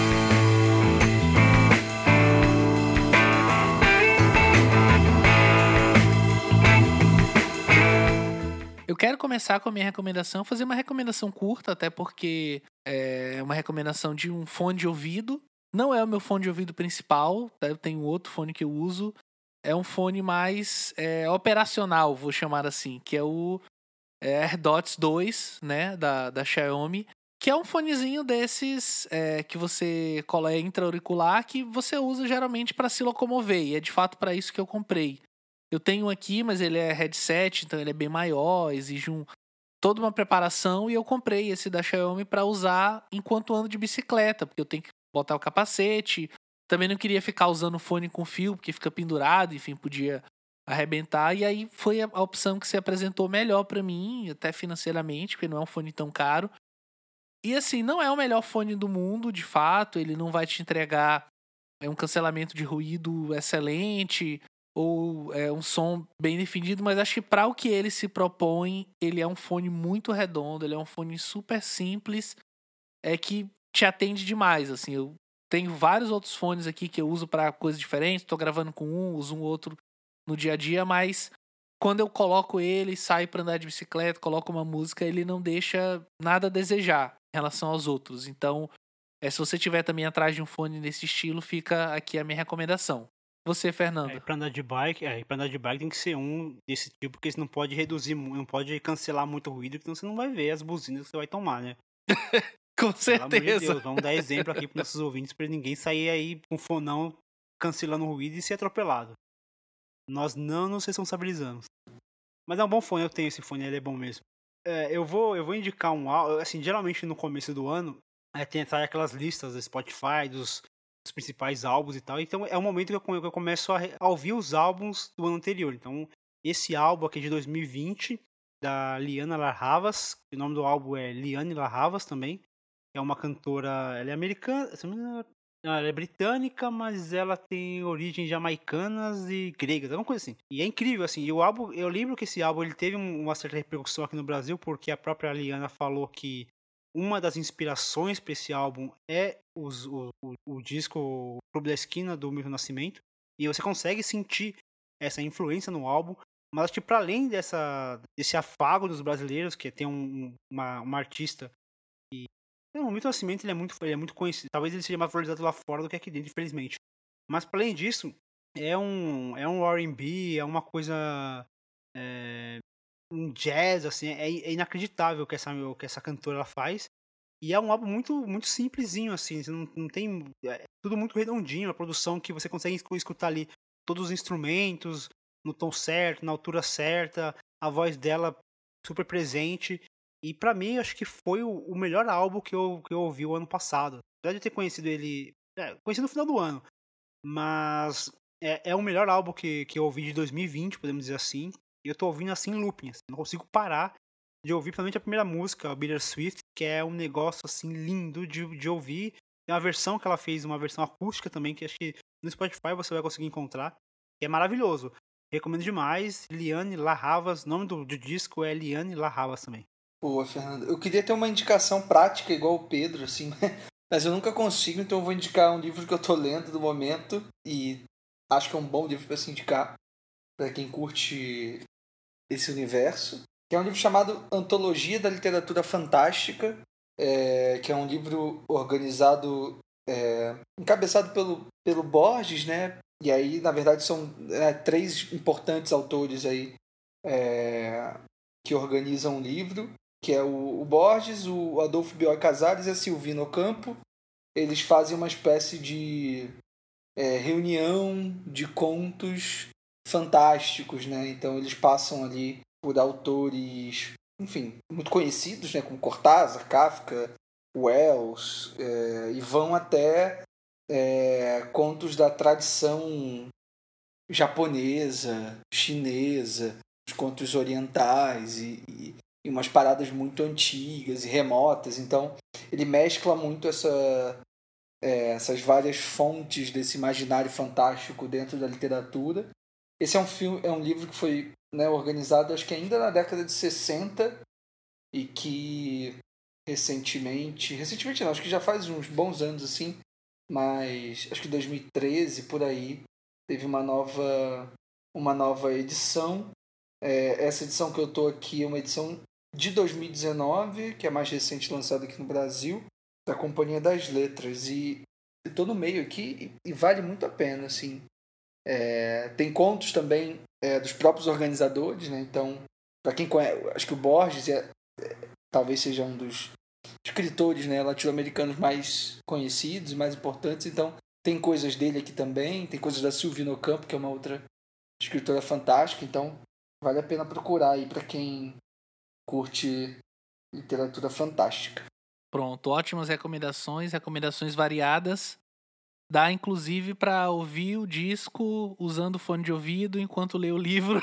Eu quero começar com a minha recomendação, fazer uma recomendação curta, até porque é uma recomendação de um fone de ouvido. Não é o meu fone de ouvido principal, tá? Eu tenho outro fone que eu uso. É um fone mais é, operacional, vou chamar assim, que é o é, AirDots dois, né, da, da Xiaomi, que é um fonezinho desses é, que você cola intra-auricular, que você usa geralmente para se locomover, e é de fato para isso que eu comprei. Eu tenho um aqui, mas ele é headset, então ele é bem maior, exige um, toda uma preparação, e eu comprei esse da Xiaomi para usar enquanto ando de bicicleta, porque eu tenho que botar o capacete. Também não queria ficar usando o fone com fio, porque fica pendurado, enfim, podia arrebentar. E aí foi a opção que se apresentou melhor para mim, até financeiramente, porque não é um fone tão caro. E assim, não é o melhor fone do mundo, de fato, ele não vai te entregar um cancelamento de ruído excelente, ou é, um som bem definido, mas acho que para o que ele se propõe, ele é um fone muito redondo, ele é um fone super simples, é que te atende demais, assim. Eu tenho vários outros fones aqui que eu uso para coisas diferentes, tô gravando com um, uso um outro no dia a dia, mas quando eu coloco ele, saio para andar de bicicleta, coloco uma música, ele não deixa nada a desejar em relação aos outros. Então, é, se você tiver também atrás de um fone nesse estilo, fica aqui a minha recomendação. Você, Fernando? É, pra andar de bike, é, pra andar de bike tem que ser um desse tipo, porque você não pode reduzir, não pode cancelar muito o ruído, senão você não vai ver as buzinas que você vai tomar, né? Com certeza. Pelo amor de Deus, vamos dar exemplo aqui para nossos ouvintes, para ninguém sair aí com fonão cancelando o ruído e ser atropelado. Nós não nos responsabilizamos. Mas é um bom fone, eu tenho esse fone, ele é bom mesmo. É, eu, vou, eu vou indicar um álbum, assim, geralmente no começo do ano, é, tem aquelas listas do Spotify, dos, dos principais álbuns e tal, então é o momento que eu, que eu começo a, a ouvir os álbuns do ano anterior. Então, esse álbum aqui de dois mil e vinte, da Liana La Havas, o nome do álbum é Liane La Havas também, é uma cantora, ela é americana, ela é britânica, mas ela tem origens jamaicanas e gregas, alguma coisa assim. E é incrível, assim, e o álbum, eu lembro que esse álbum ele teve uma certa repercussão aqui no Brasil, porque a própria Liana falou que uma das inspirações para esse álbum é os, o, o, o disco Clube da Esquina, do Milton Nascimento, e você consegue sentir essa influência no álbum, mas acho que para além dessa, desse afago dos brasileiros, que tem um, uma, uma artista que... O Milton Nascimento ele é, muito, ele é muito conhecido, talvez ele seja mais valorizado lá fora do que aqui dentro, infelizmente. Mas para além disso, é um, é um R and B, é uma coisa... É, um jazz, assim, é, é inacreditável o que essa, que essa cantora ela faz. E é um álbum muito, muito simplesinho, assim, você não, não tem... É tudo muito redondinho, a produção que você consegue escutar ali todos os instrumentos no tom certo, na altura certa, a voz dela super presente. E pra mim, acho que foi o, o melhor álbum que eu, que eu ouvi o ano passado. Apesar de eu ter conhecido ele... É, conheci no final do ano. Mas é, é o melhor álbum que, que eu ouvi de dois mil e vinte, podemos dizer assim. E eu tô ouvindo assim em looping. Assim, não consigo parar de ouvir, principalmente a primeira música, a Bittersweet, que é um negócio assim lindo de, de ouvir. Tem uma versão que ela fez, uma versão acústica também, que acho que no Spotify você vai conseguir encontrar. Que é maravilhoso. Recomendo demais. Liane La Havas. O nome do, do disco é Liane La Havas também. Pô, Fernando, eu queria ter uma indicação prática igual o Pedro, assim, mas eu nunca consigo, então eu vou indicar um livro que eu tô lendo no momento e acho que é um bom livro para se indicar para quem curte esse universo. que é um livro chamado Antologia da Literatura Fantástica, é, que é um livro organizado, é, encabeçado pelo, pelo Borges, né? E aí, na verdade, são é, três importantes autores aí é, que organizam o livro, que é o, o Borges, o Adolfo Bioy Casares e a Silvina Ocampo. Eles fazem uma espécie de é, reunião de contos fantásticos, né? Então eles passam ali por autores, enfim, muito conhecidos, né? Como Cortázar, Kafka, Wells, é, e vão até é, contos da tradição japonesa, chinesa, os contos orientais e, e, e umas paradas muito antigas e remotas. Então ele mescla muito essa, é, essas várias fontes desse imaginário fantástico dentro da literatura. Esse é um filme, é um livro que foi, né, organizado acho que ainda na década de sessenta e que recentemente, recentemente não, acho que já faz uns bons anos assim, mas acho que dois mil e treze por aí teve uma nova uma nova edição. É, essa edição que eu tô aqui é uma edição de dois mil e dezenove, que é a mais recente, lançada aqui no Brasil, da Companhia das Letras, e estou no meio aqui e, e vale muito a pena, assim. É, tem contos também é, dos próprios organizadores, né? Então, para quem conhece, acho que o Borges é, é, talvez seja um dos escritores, né, latino-americanos mais conhecidos, mais importantes. Então, tem coisas dele aqui também, tem coisas da Silvina Ocampo, que é uma outra escritora fantástica. Então, vale a pena procurar aí para quem curte literatura fantástica. Pronto, ótimas recomendações, recomendações variadas. Dá inclusive para ouvir o disco usando fone de ouvido enquanto lê o livro.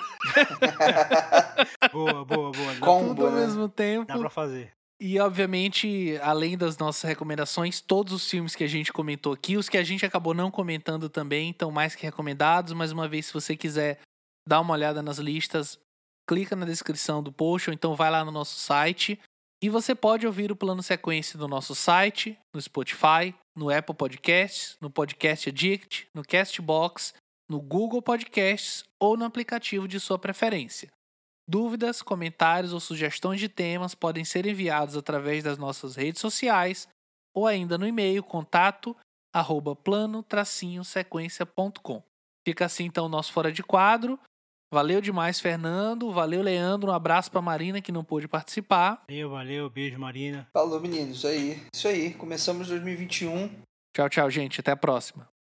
Boa, boa, boa. Dá, Combo, tudo ao né? mesmo tempo. dá pra fazer. E, obviamente, além das nossas recomendações, todos os filmes que a gente comentou aqui, os que a gente acabou não comentando também, estão mais que recomendados. Mais uma vez, se você quiser dar uma olhada nas listas, clica na descrição do post ou então vai lá no nosso site. E você pode ouvir o plano sequência no nosso site, no Spotify, no Apple Podcasts, no Podcast Addict, no Castbox, no Google Podcasts ou no aplicativo de sua preferência. Dúvidas, comentários ou sugestões de temas podem ser enviados através das nossas redes sociais ou ainda no e-mail contato arroba plano tracinho sequência ponto com. Fica assim então o nosso Fora de Quadro. Valeu demais, Fernando. Valeu, Leandro. Um abraço pra Marina, que não pôde participar. Valeu, valeu. Beijo, Marina. Falou, meninos. Aí, isso aí. Começamos dois mil e vinte e um. Tchau, tchau, gente. Até a próxima.